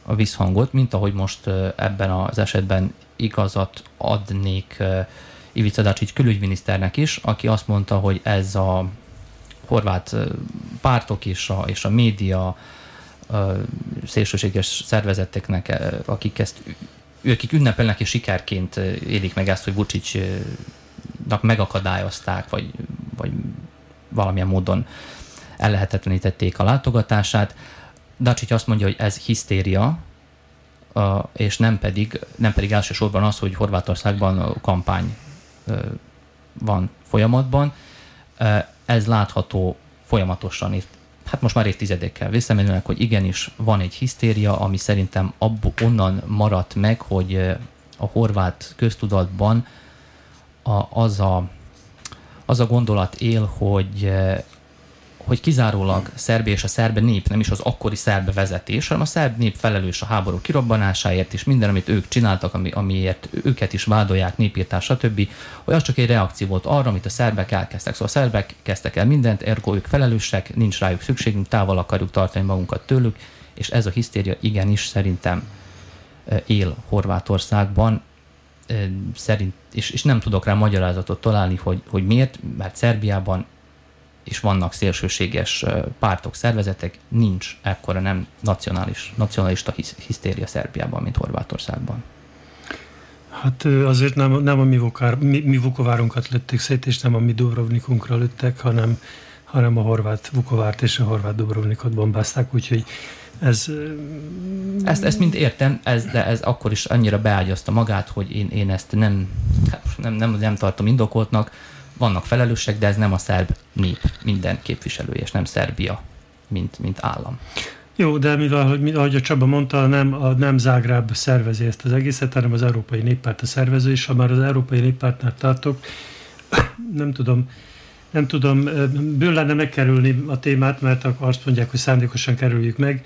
Speaker 5: a visszhangot, mint ahogy most ebben az esetben igazat adnék Ivica Dačić külügyminiszternek is, aki azt mondta, hogy ez a horvát pártok és a média szélsőséges szervezeteknek, akik ünnepelnek és sikerként élik meg ezt, hogy Vučićnak megakadályozták, vagy valamilyen módon ellehetetlenítették a látogatását. Dačić azt mondja, hogy ez hisztéria, és nem pedig elsősorban az, hogy Horvátországban kampány van folyamatban. Ez látható folyamatosan, hát most már évtizedekkel visszamenőleg, hogy igenis van egy hisztéria, ami szerintem onnan maradt meg, hogy a horvát köztudatban az a gondolat él, hogy kizárólag Szerbia és a szerb nép, nem is az akkori szerb vezetés, hanem a szerb nép felelős a háború kirobbanásáért, és minden, amit ők csináltak, amiért őket is vádolják, népírtás, stb., hogy az csak egy reakció volt arra, amit a szerbek elkezdtek. Szóval a szerbek kezdtek el mindent, ergo ők felelősek, nincs rájuk szükségünk, távol akarjuk tartani magunkat tőlük, és ez a hisztéria igenis szerintem él Horvátországban, és nem tudok rá magyarázatot találni, hogy miért, mert Szerbiában és vannak szélsőséges pártok, szervezetek, nincs ekkora nem nacionalista hisztéria Szerbiában, mint Horvátországban.
Speaker 2: Hát azért nem a mi Vukovárunkat lőtték szét, és nem a mi Dubrovnikunkra lőttek, hanem a horvát Vukovárt és a horvát Dubrovnikot bombázták, úgyhogy
Speaker 5: Ezt mind értem, de ez akkor is annyira beágyazta magát, hogy én ezt nem tartom indokoltnak. Vannak felelősek, de ez nem a szerb nép minden képviselője, és nem Szerbia, mint állam.
Speaker 2: Jó, de mivel, ahogy a Csaba mondta, nem Zágráb szervezi ezt az egészet, hanem az Európai Néppárt a szervező, és ha már az Európai Néppártnál tartok, nem tudom, ből lenne megkerülni a témát, mert akkor azt mondják, hogy szándékosan kerüljük meg.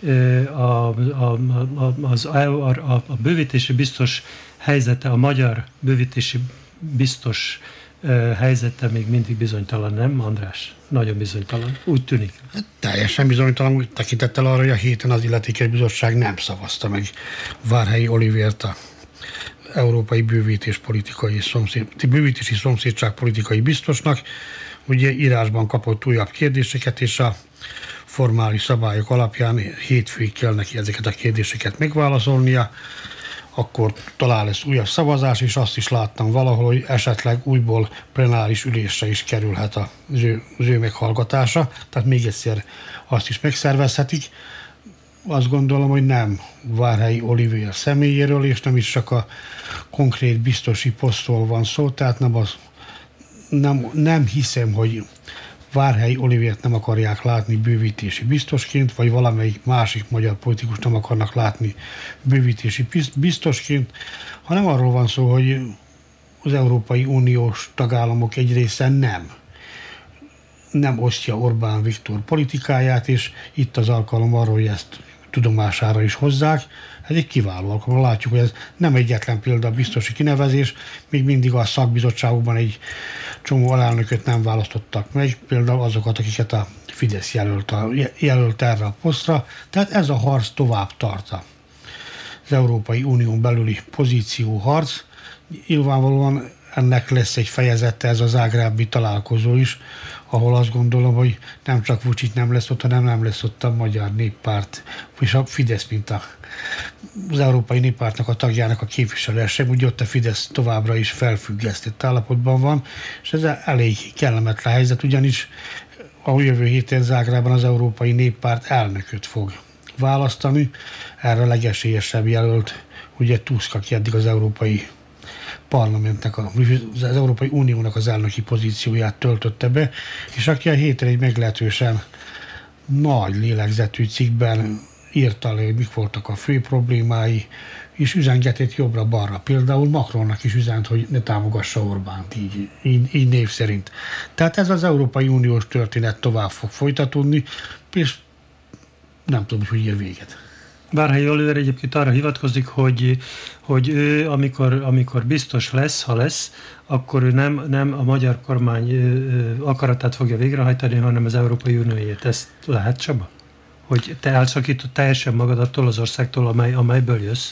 Speaker 2: A bővítési biztos helyzete, a magyar bővítési biztos helyzete még mindig bizonytalan, nem, András? Nagyon bizonytalan. Úgy tűnik.
Speaker 4: Teljesen bizonytalan, úgy tekintettel arra, hogy a héten az illetékes bizottság nem szavazta meg Várhelyi Olivért a európai bővítési szomszédságpolitikai biztosnak. Ugye írásban kapott újabb kérdéseket, és a formális szabályok alapján hétfőig kell neki ezeket a kérdéseket megválaszolnia, akkor talán lesz újabb szavazás, és azt is láttam valahol, hogy esetleg újból plenáris ülésre is kerülhet az ő meghallgatása, tehát még egyszer azt is megszervezhetik. Azt gondolom, hogy nem Várhelyi Olivér személyéről, és nem is csak a konkrét biztosi posztról van szó, tehát nem hiszem, hogy Várhelyi Olivért nem akarják látni bővítési biztosként, vagy valamelyik másik magyar politikus nem akarnak látni bővítési biztosként, hanem arról van szó, hogy az Európai Uniós tagállamok egy része nem osztja Orbán Viktor politikáját, és itt az alkalom arról, hogy ezt tudomására is hozzák. Ez egy kiváló alkalom. Látjuk, hogy ez nem egyetlen példa a biztosi kinevezés, még mindig a szakbizottságokban egy csomó alelnököt nem választottak meg, például azokat, akiket a Fidesz jelölt erre a posztra. Tehát ez a harc tovább tart, az Európai Unión belüli pozícióharc. Nyilvánvalóan ennek lesz egy fejezete, ez a zágrábi találkozó is, ahol azt gondolom, hogy nem csak Vučić nem lesz ott, hanem nem lesz ott a Magyar Néppárt, és a Fidesz, mint az Európai Néppártnak a tagjának a képviselő sem, úgy ott a Fidesz továbbra is felfüggesztett állapotban van, és ez elég kellemetlen helyzet, ugyanis a jövő héten Zágrában az Európai Néppárt elnököt fog választani, erre a legesélyesebb jelölt, ugye Tusk, aki eddig az Európai Parlamentnek, az Európai Uniónak az elnöki pozícióját töltötte be, és aki a héten egy meglehetősen nagy lélegzetű cikkben írta le, hogy mik voltak a fő problémái, és üzengetett jobbra-balra. Például Macronnak is üzent, hogy ne támogassa Orbánt, így név szerint. Tehát ez az Európai Uniós történet tovább fog folytatódni, és nem tudom, hogy ér véget.
Speaker 2: Várhelyi Olivér egyébként arra hivatkozik, hogy ő, amikor biztos lesz, ha lesz, akkor ő nem a magyar kormány akaratát fogja végrehajtani, hanem az Európai Unióért. Ez lehet, Csaba? hogy te elszakítod teljesen magad attól az országtól, amelyből jössz.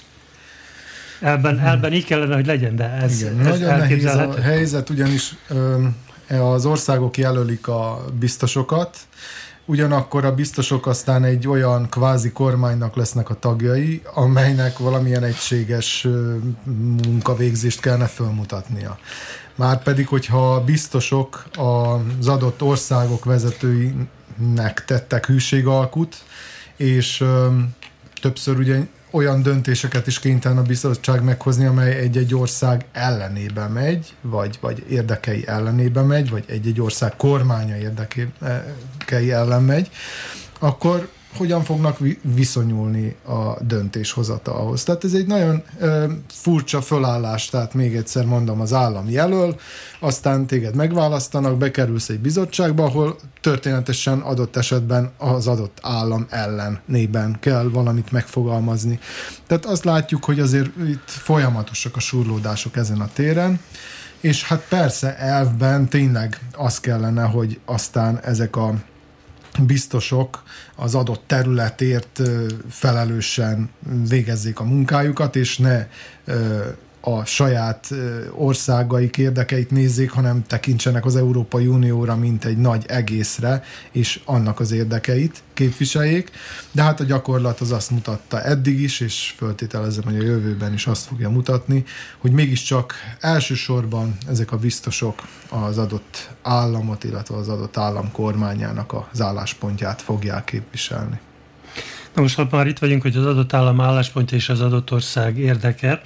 Speaker 2: Elben így kellene, hogy legyen, de ez
Speaker 3: nagyon nehéz a helyzet, ugyanis az országok jelölik a biztosokat, ugyanakkor a biztosok aztán egy olyan kvázi kormánynak lesznek a tagjai, amelynek valamilyen egységes munkavégzést kellene fölmutatnia. Márpedig, hogyha a biztosok az adott országok vezetőinek tettek hűségalkut, és többször ugye olyan döntéseket is kénytelen a bizottság meghozni, amely egy-egy ország ellenébe megy, vagy érdekei ellenébe megy, vagy egy-egy ország kormánya érdekei ellen megy, akkor hogyan fognak viszonyulni a döntéshozatalhoz. Tehát ez egy nagyon furcsa fölállás, tehát még egyszer mondom, az állam jelöl, aztán téged megválasztanak, bekerülsz egy bizottságba, ahol történetesen adott esetben az adott állam ellenében kell valamit megfogalmazni. Tehát azt látjuk, hogy azért itt folyamatosak a surlódások ezen a téren, és hát persze elvben tényleg az kellene, hogy aztán ezek a biztosok az adott területért felelősen végezzék a munkájukat, és ne a saját országaik érdekeit nézzék, hanem tekintsenek az Európai Unióra, mint egy nagy egészre, és annak az érdekeit képviseljék. De hát a gyakorlat az azt mutatta eddig is, és föltételezem, hogy a jövőben is azt fogja mutatni, hogy mégiscsak elsősorban ezek a biztosok az adott államot, illetve az adott állam kormányának az álláspontját fogják képviselni.
Speaker 2: Na most, ha már itt vagyunk, hogy az adott állam álláspontja és az adott ország érdeke,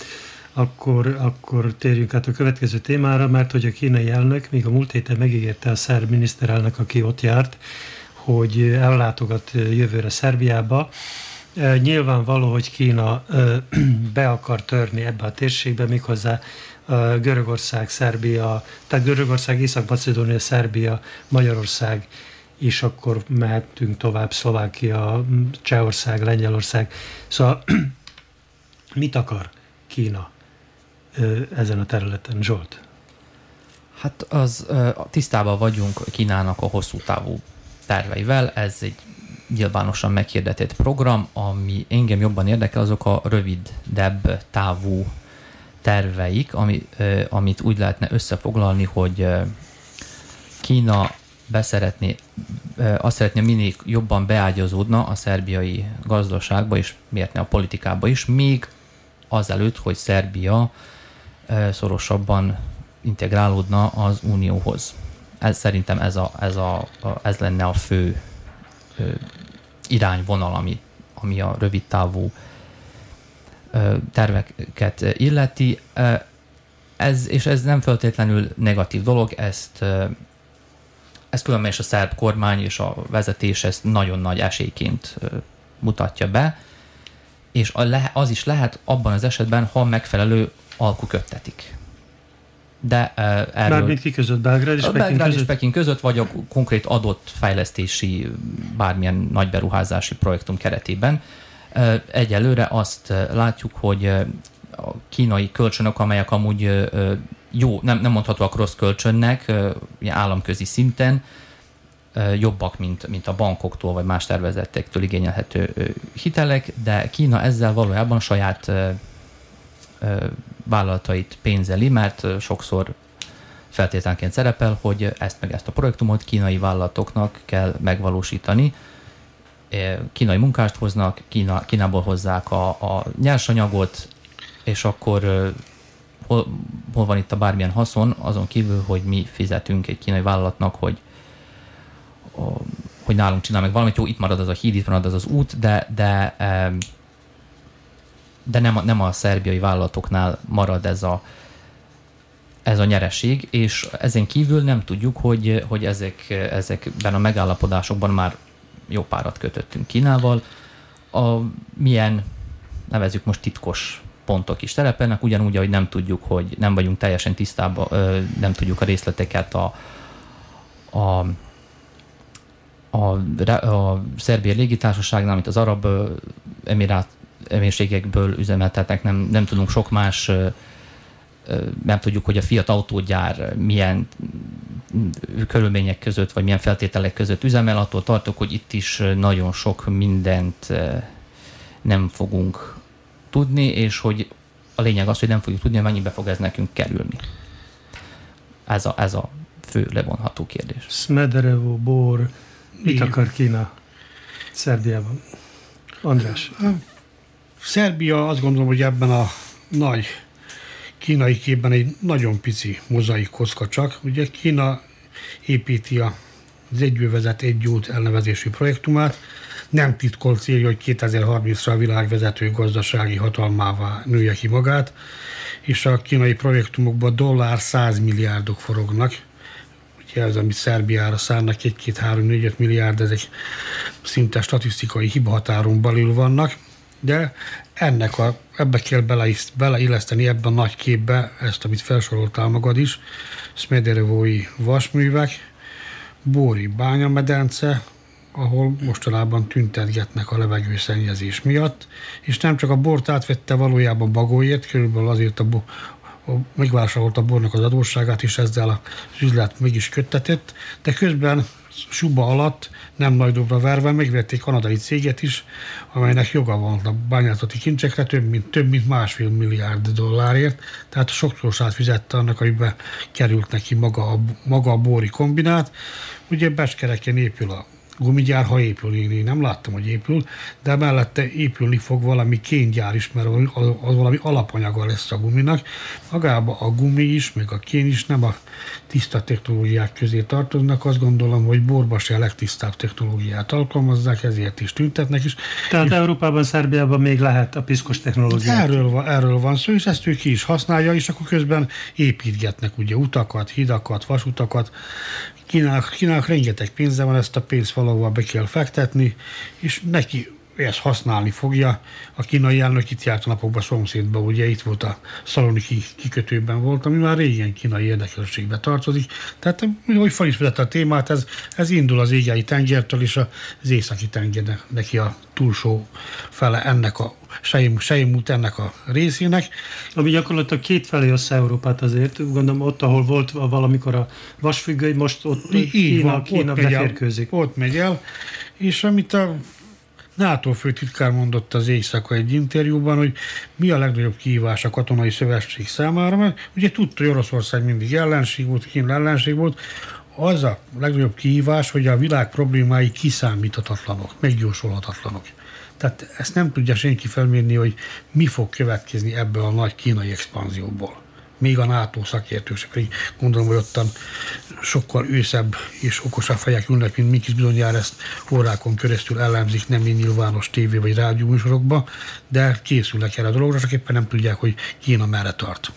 Speaker 2: akkor térjünk át a következő témára, mert hogy a kínai elnök még a múlt héten megígérte a szerb miniszterelnök, aki ott járt, hogy ellátogat jövőre Szerbiába. Nyilvánvaló, hogy Kína be akar törni ebbe a térségbe, méghozzá Görögország, Szerbia, tehát Görögország, Észak-Macedónia, Szerbia, Magyarország, és akkor mehetünk tovább, Szlovákia, Csehország, Lengyelország. Szóval mit akar Kína ezen a területen, Zsolt?
Speaker 5: Hát tisztában vagyunk Kínának a hosszú távú terveivel. Ez egy nyilvánosan meghirdetett program, ami engem jobban érdekel, azok a rövidebb távú terveik, amit úgy lehetne összefoglalni, hogy Kína azt szeretné minél jobban beágyazódna a szerbiai gazdaságba, és miért ne a politikába is, még azelőtt, hogy Szerbia szorosabban integrálódna az Unióhoz. Szerintem ez lenne a fő irányvonal, ami a rövidtávú terveket illeti. Ez nem feltétlenül negatív dolog, ezt különben is a szerb kormány és a vezetés ezt nagyon nagy esélyként mutatja be, és az is lehet abban az esetben, ha megfelelő alku köttetik. De erről...
Speaker 2: Mármint ki között? Belgrád és
Speaker 5: Peking között, vagy a konkrét adott fejlesztési, bármilyen nagy beruházási projektum keretében. Egyelőre azt látjuk, hogy a kínai kölcsönök, amelyek amúgy jó, nem mondhatóak rossz kölcsönnek, államközi szinten, jobbak, mint a bankoktól vagy más szervezetektől igényelhető hitelek, de Kína ezzel valójában saját vállalatait pénzeli, mert sokszor feltétlenként szerepel, hogy ezt a projektumot kínai vállalatoknak kell megvalósítani. Kínai munkást hoznak, Kínából hozzák a nyersanyagot, és akkor hol van itt a bármilyen haszon, azon kívül, hogy mi fizetünk egy kínai vállalatnak, hogy nálunk csinál meg valamit, jó, itt marad az a híd, itt marad az az út, de nem a szerbiai vállalatoknál marad ez a nyereség, és ezen kívül nem tudjuk, hogy ezekben a megállapodásokban már jó párat kötöttünk Kínával. Milyen, nevezzük most titkos pontok is szerepelnek, ugyanúgy, ahogy nem tudjuk, hogy nem vagyunk teljesen tisztában, nem tudjuk a részleteket a Szerbia légitársaságnál, amit az arab emírségekből üzemeltetnek, nem tudunk sok más, nem tudjuk, hogy a Fiat autógyár milyen körülmények között, vagy milyen feltételek között üzemel, attól tartok, hogy itt is nagyon sok mindent nem fogunk tudni, és hogy a lényeg az, hogy nem fogjuk tudni, hogy mennyibe fog ez nekünk kerülni. Ez a fő levonható kérdés.
Speaker 2: Smederevo, bor, mit akar Kína Szerbiában? András?
Speaker 4: Szerbia azt gondolom, hogy ebben a nagy kínai képben egy nagyon pici mozaik kocka csak. Ugye Kína építi az Egy övezet, egy út elnevezésű projektumát. Nem titkolt célja, hogy 2030-ra a világ vezető gazdasági hatalmává nője ki magát, és a kínai projektumokban $100 milliárdok forognak. Ugye ez, amit Szerbiára szánnak, 1-2-3-4-5 milliárd, ezek szinte statisztikai hibahatáron belül vannak, de ebbe kell beleilleszteni ebbe a nagy képbe ezt, amit felsoroltál magad is, Smederevói vasművek, bóri bányamedence, ahol mostanában tüntetgetnek a levegőszennyezés miatt, és nem csak a bort átvette valójában Bagolyért, körülbelül azért megvásárolt a bornak az adósságát, és ezzel az üzlet meg is köttetett, de közben suba alatt, nem nagy dobra verve megvették kanadai céget is, amelynek joga van a bányászati kincsekre több mint $1,5 milliárd, tehát sokszorosát fizette annak, amiben került neki maga a bóri kombinát. Ugye Beskereken épül a gumigyár, ha épül, én nem láttam, hogy épül, de mellette épülni fog valami kéngyár is, mert az valami alapanyaga lesz a guminak. Magában a gumi is, meg a kén is nem a tiszta technológiák közé tartoznak. Azt gondolom, hogy borba se a legtisztább technológiát alkalmazzák, ezért is tüntetnek is.
Speaker 2: Tehát és Európában, Szerbiában még lehet a piszkos technológia.
Speaker 4: Erről van szó, és ezt ő ki is használja, és akkor közben építgetnek ugye utakat, hidakat, vasutakat. Kínának rengeteg pénze van, ezt a pénzt valahol be kell fektetni, és neki ezt használni fogja. A kínai elnök itt járt a napokban szomszédban, ugye itt volt a Szaloniki kikötőben volt, ami már régen kínai érdekeltségbe tartozik. Tehát, hogy fel is vezette a témát, ez indul az Égei tengertől, és az északi tengernek neki a túlsó fele ennek a sejmút ennek a részének.
Speaker 2: Ami gyakorlatilag kétfelé ossza Európát azért, gondolom ott, ahol volt valamikor a vasfüggöny, most ott Kína beférkőzik.
Speaker 4: Ott megy el, és amit a NATO főtitkár mondott az éjszaka egy interjúban, hogy mi a legnagyobb kihívás a katonai szövetség számára, mert ugye tudta, hogy Oroszország mindig ellenség volt, Kína ellenség volt, az a legnagyobb kihívás, hogy a világ problémái kiszámíthatatlanok, megjósolhatatlanok. Tehát ezt nem tudja senki felmérni, hogy mi fog következni ebből a nagy kínai expanzióból. Még a NATO szakértők, pedig gondolom, hogy ottan sokkal őszebb és okosabb fejek ülnek, mint mink is bizonyára ezt órákon keresztül ellenzik, nem így nyilvános tévé vagy rádió műsorokba, de készülnek erre a dologra, csak éppen nem tudják, hogy Kína merre tart.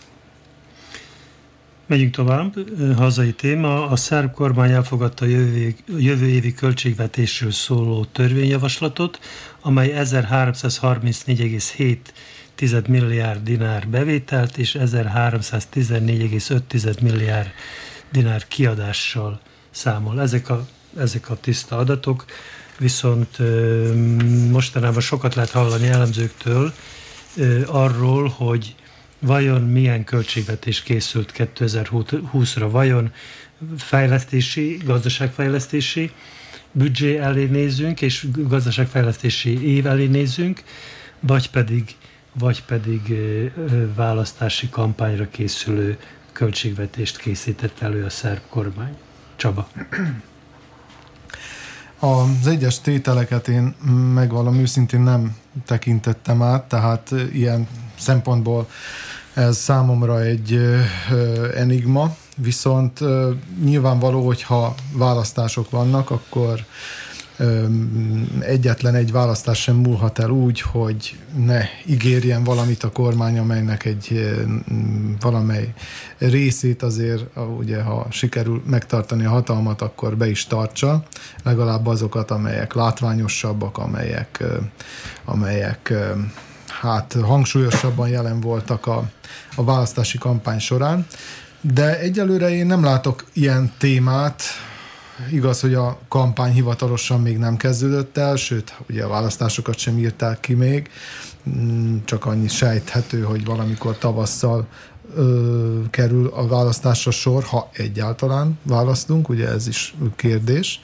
Speaker 2: Megyünk tovább. Hazai téma. A szerb kormány elfogadta a jövő évi költségvetésről szóló törvényjavaslatot, amely 1334,7 milliárd dinár bevételt és 1314,5 milliárd dinár kiadással számol. Ezek a tiszta adatok, viszont mostanában sokat lehet hallani elemzőktől arról, hogy vajon milyen költségvetés készült 2020-ra, vajon gazdaságfejlesztési büdzsé elé nézünk, és gazdaságfejlesztési év elé nézünk, vagy pedig választási kampányra készülő költségvetést készített elő a szerb kormány. Csaba.
Speaker 3: Az egyes tételeket én megvallom őszintén nem tekintettem át, tehát ilyen szempontból ez számomra egy enigma, viszont nyilvánvaló, hogyha választások vannak, akkor egyetlen egy választás sem múlhat el úgy, hogy ne ígérjen valamit a kormány, amelynek valamely részét azért, ugye, ha sikerül megtartani a hatalmat, akkor be is tartsa, legalább azokat, amelyek látványosabbak, amelyek hangsúlyosabban jelen voltak a választási kampány során. De egyelőre én nem látok ilyen témát. Igaz, hogy a kampány hivatalosan még nem kezdődött el, sőt, ugye a választásokat sem írták ki még, csak annyi sejthető, hogy valamikor tavasszal kerül a választásra sor, ha egyáltalán választunk, ugye ez is kérdés.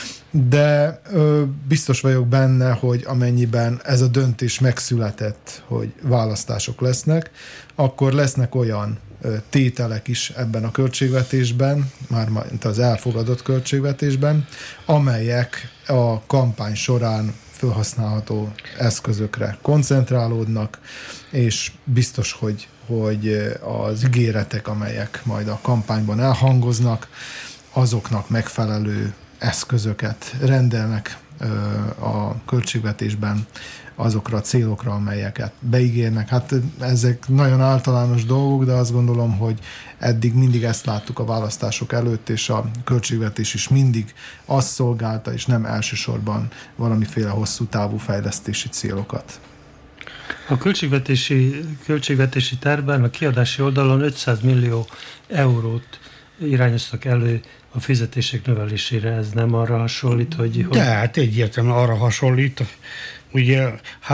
Speaker 3: De biztos vagyok benne, hogy amennyiben ez a döntés megszületett, hogy választások lesznek, akkor lesznek olyan tételek is ebben a költségvetésben, már az elfogadott költségvetésben, amelyek a kampány során felhasználható eszközökre koncentrálódnak, és biztos, hogy az ígéretek, amelyek majd a kampányban elhangoznak, azoknak megfelelő eszközöket rendelnek a költségvetésben azokra a célokra, amelyeket beígérnek. Hát ezek nagyon általános dolgok, de azt gondolom, hogy eddig mindig ezt láttuk a választások előtt, és a költségvetés is mindig azt szolgálta, és nem elsősorban valamiféle hosszú távú fejlesztési célokat.
Speaker 2: A költségvetési tervben a kiadási oldalon 500 millió eurót irányoztak elő a fizetések növelésére. Ez nem arra hasonlít, hogy...
Speaker 4: De hát egyértelműen arra hasonlít. Ugye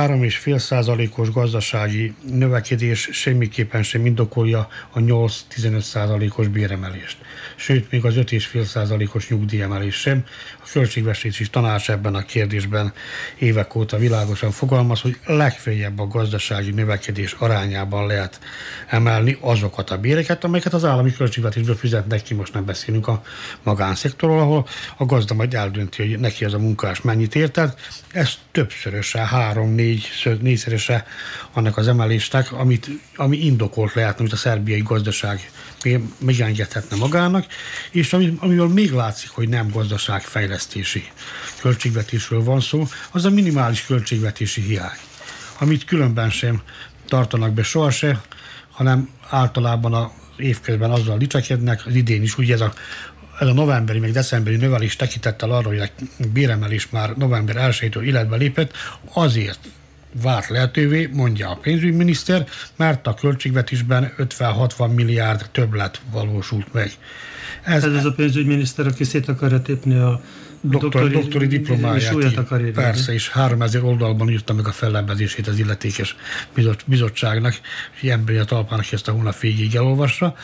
Speaker 4: 3,5%-os gazdasági növekedés semmiképpen sem indokolja a 8-15%-os béremelést. Sőt, még az 5,5%-os nyugdíjemelés sem. A költségvetési tanács ebben a kérdésben évek óta világosan fogalmaz, hogy legfeljebb a gazdasági növekedés arányában lehet emelni azokat a béreket, amelyeket az állami költségvetésből fizetnek ki, most nem beszélünk a magánszektorról, ahol a gazda majd eldönti, hogy neki ez a munkás mennyit érted. Ez többszöröse, 3-4-szerese annak az emelésnek, ami indokolt lehetne, amit a szerbiai gazdaság megengedhetne magának, és amivel még látszik, hogy nem gazdaságfejlesztési költségvetésről van szó, az a minimális költségvetési hiány, amit különben sem tartanak be sohasem, hanem általában az évközben azzal dicsekednek, az idén is ugye ez a novemberi, meg decemberi növelés tekintettel arra, hogy a béremelés már november 1-től életbe lépett, azért vált lehetővé, mondja a pénzügyminiszter, mert a költségvetésben 50-60 milliárd többlet valósult meg. Ez
Speaker 2: a pénzügyminiszter, aki szét akarja tépni a
Speaker 4: doktori diplomáját. Persze, és 3000 oldalban írta meg a fellebbezését az illetékes bizottságnak, hogy emberi a talpának ezt a hónap végéig elolvassa.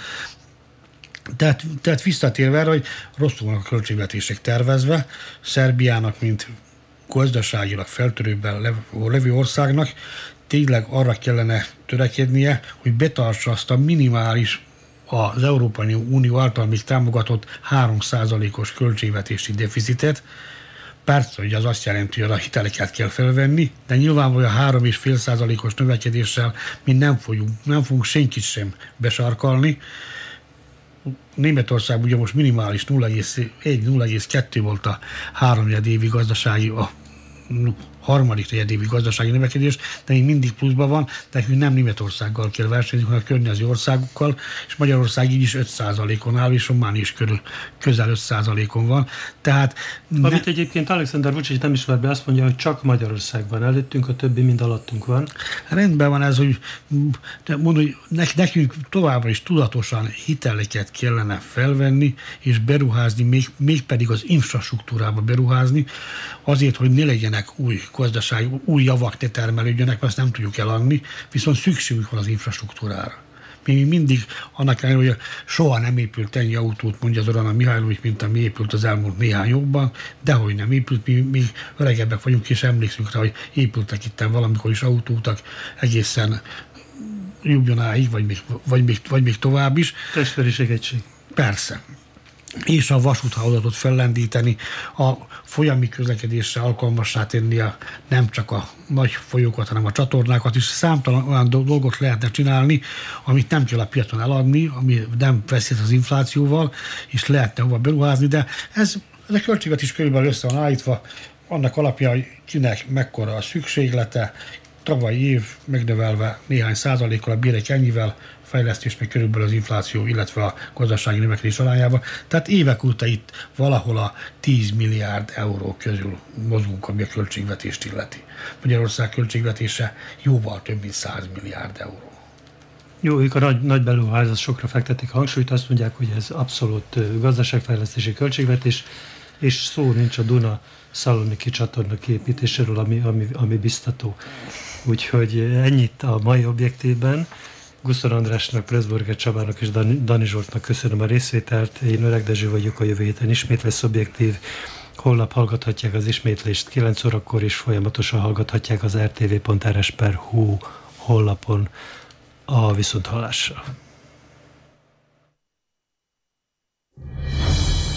Speaker 4: Tehát visszatérve erre, hogy rosszul vannak a költségvetések tervezve, Szerbiának, mint gazdaságilag feltörőben levő országnak tényleg arra kellene törekednie, hogy betartsa azt a minimális, az Európai Unió által még támogatott 3%-os költségvetési deficitet. Persze, hogy az azt jelenti, hogy a hiteleket kell felvenni, de nyilvánvalóan 3,5%-os növekedéssel mi nem fogunk senkit sem besarkalni. Németország ugye most minimális 0,1-0,2 volt a harmadik negyedévi gazdasági növekedés, de még mindig pluszban van, de nekünk nem Németországgal kell versenni, hanem a környező országokkal, és Magyarország így is 5%-on áll, és Románia is közel 5%-on van. Tehát
Speaker 2: amit egyébként Alexander Vučić nem ismer be, azt mondja, hogy csak Magyarországban előttünk, a többi mind alattunk van.
Speaker 4: Rendben van ez, hogy mondom, hogy nekünk továbbra is tudatosan hiteleket kellene felvenni, és beruházni, mégpedig az infrastruktúrába beruházni, azért, hogy ne legyenek új gazdaság, új javak ne termelődjönek, mert ezt nem tudjuk eladni, viszont szükségünk van az infrastruktúrára. Mi mindig annak ellenére, hogy soha nem épült ennyi autót, mondja az Orana Mihálylovics, mint ami épült az elmúlt néhány évben, dehogy nem épült, mi öregebbek vagyunk, és emlékszünk rá, hogy épültek itt valamikor is autótak egészen Ljubljanáig, vagy még tovább is.
Speaker 2: Testvériség egység.
Speaker 4: Persze. És a vasúthálózatot fellendíteni, a folyami közlekedésre alkalmassá tenni nem csak a nagy folyókat, hanem a csatornákat is. Számtalan olyan dolgot lehetne csinálni, amit nem kell a piacon eladni, ami nem veszít az inflációval, és lehetne hova beruházni, de ez a költségvetés körülbelül össze van állítva, annak alapja, hogy kinek mekkora a szükséglete, tavalyi év megnövelve néhány százalékkal, a bérek ennyivel, fejlesztés meg körülbelül az infláció, illetve a gazdasági növekedés arányában. Tehát évek óta itt valahol a 10 milliárd euró közül mozgunk, ami a költségvetést illeti. Magyarország költségvetése jóval több mint 100 milliárd euró.
Speaker 2: Jó, ők a nagy beruházásokra fektetik hangsúlyt, azt mondják, hogy ez abszolút gazdaságfejlesztési költségvetés, és szó nincs a Duna-Szaloniki csatorna kiépítéséről, ami biztató. Úgyhogy ennyit a mai objektívben. Gusztor Andrásnak, Pressburger Csabának és Dani Zsoltnak köszönöm a részvételt. Én Öreg Dezső vagyok, a jövő héten ismét lesz Objektív. Holnap hallgathatják az ismétlést 9 órakor, és folyamatosan hallgathatják az rtv.rs.hu honlapon a viszonthallásra.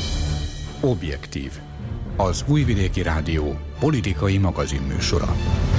Speaker 1: Objektív. Az Újvidéki Rádió politikai magazinműsora.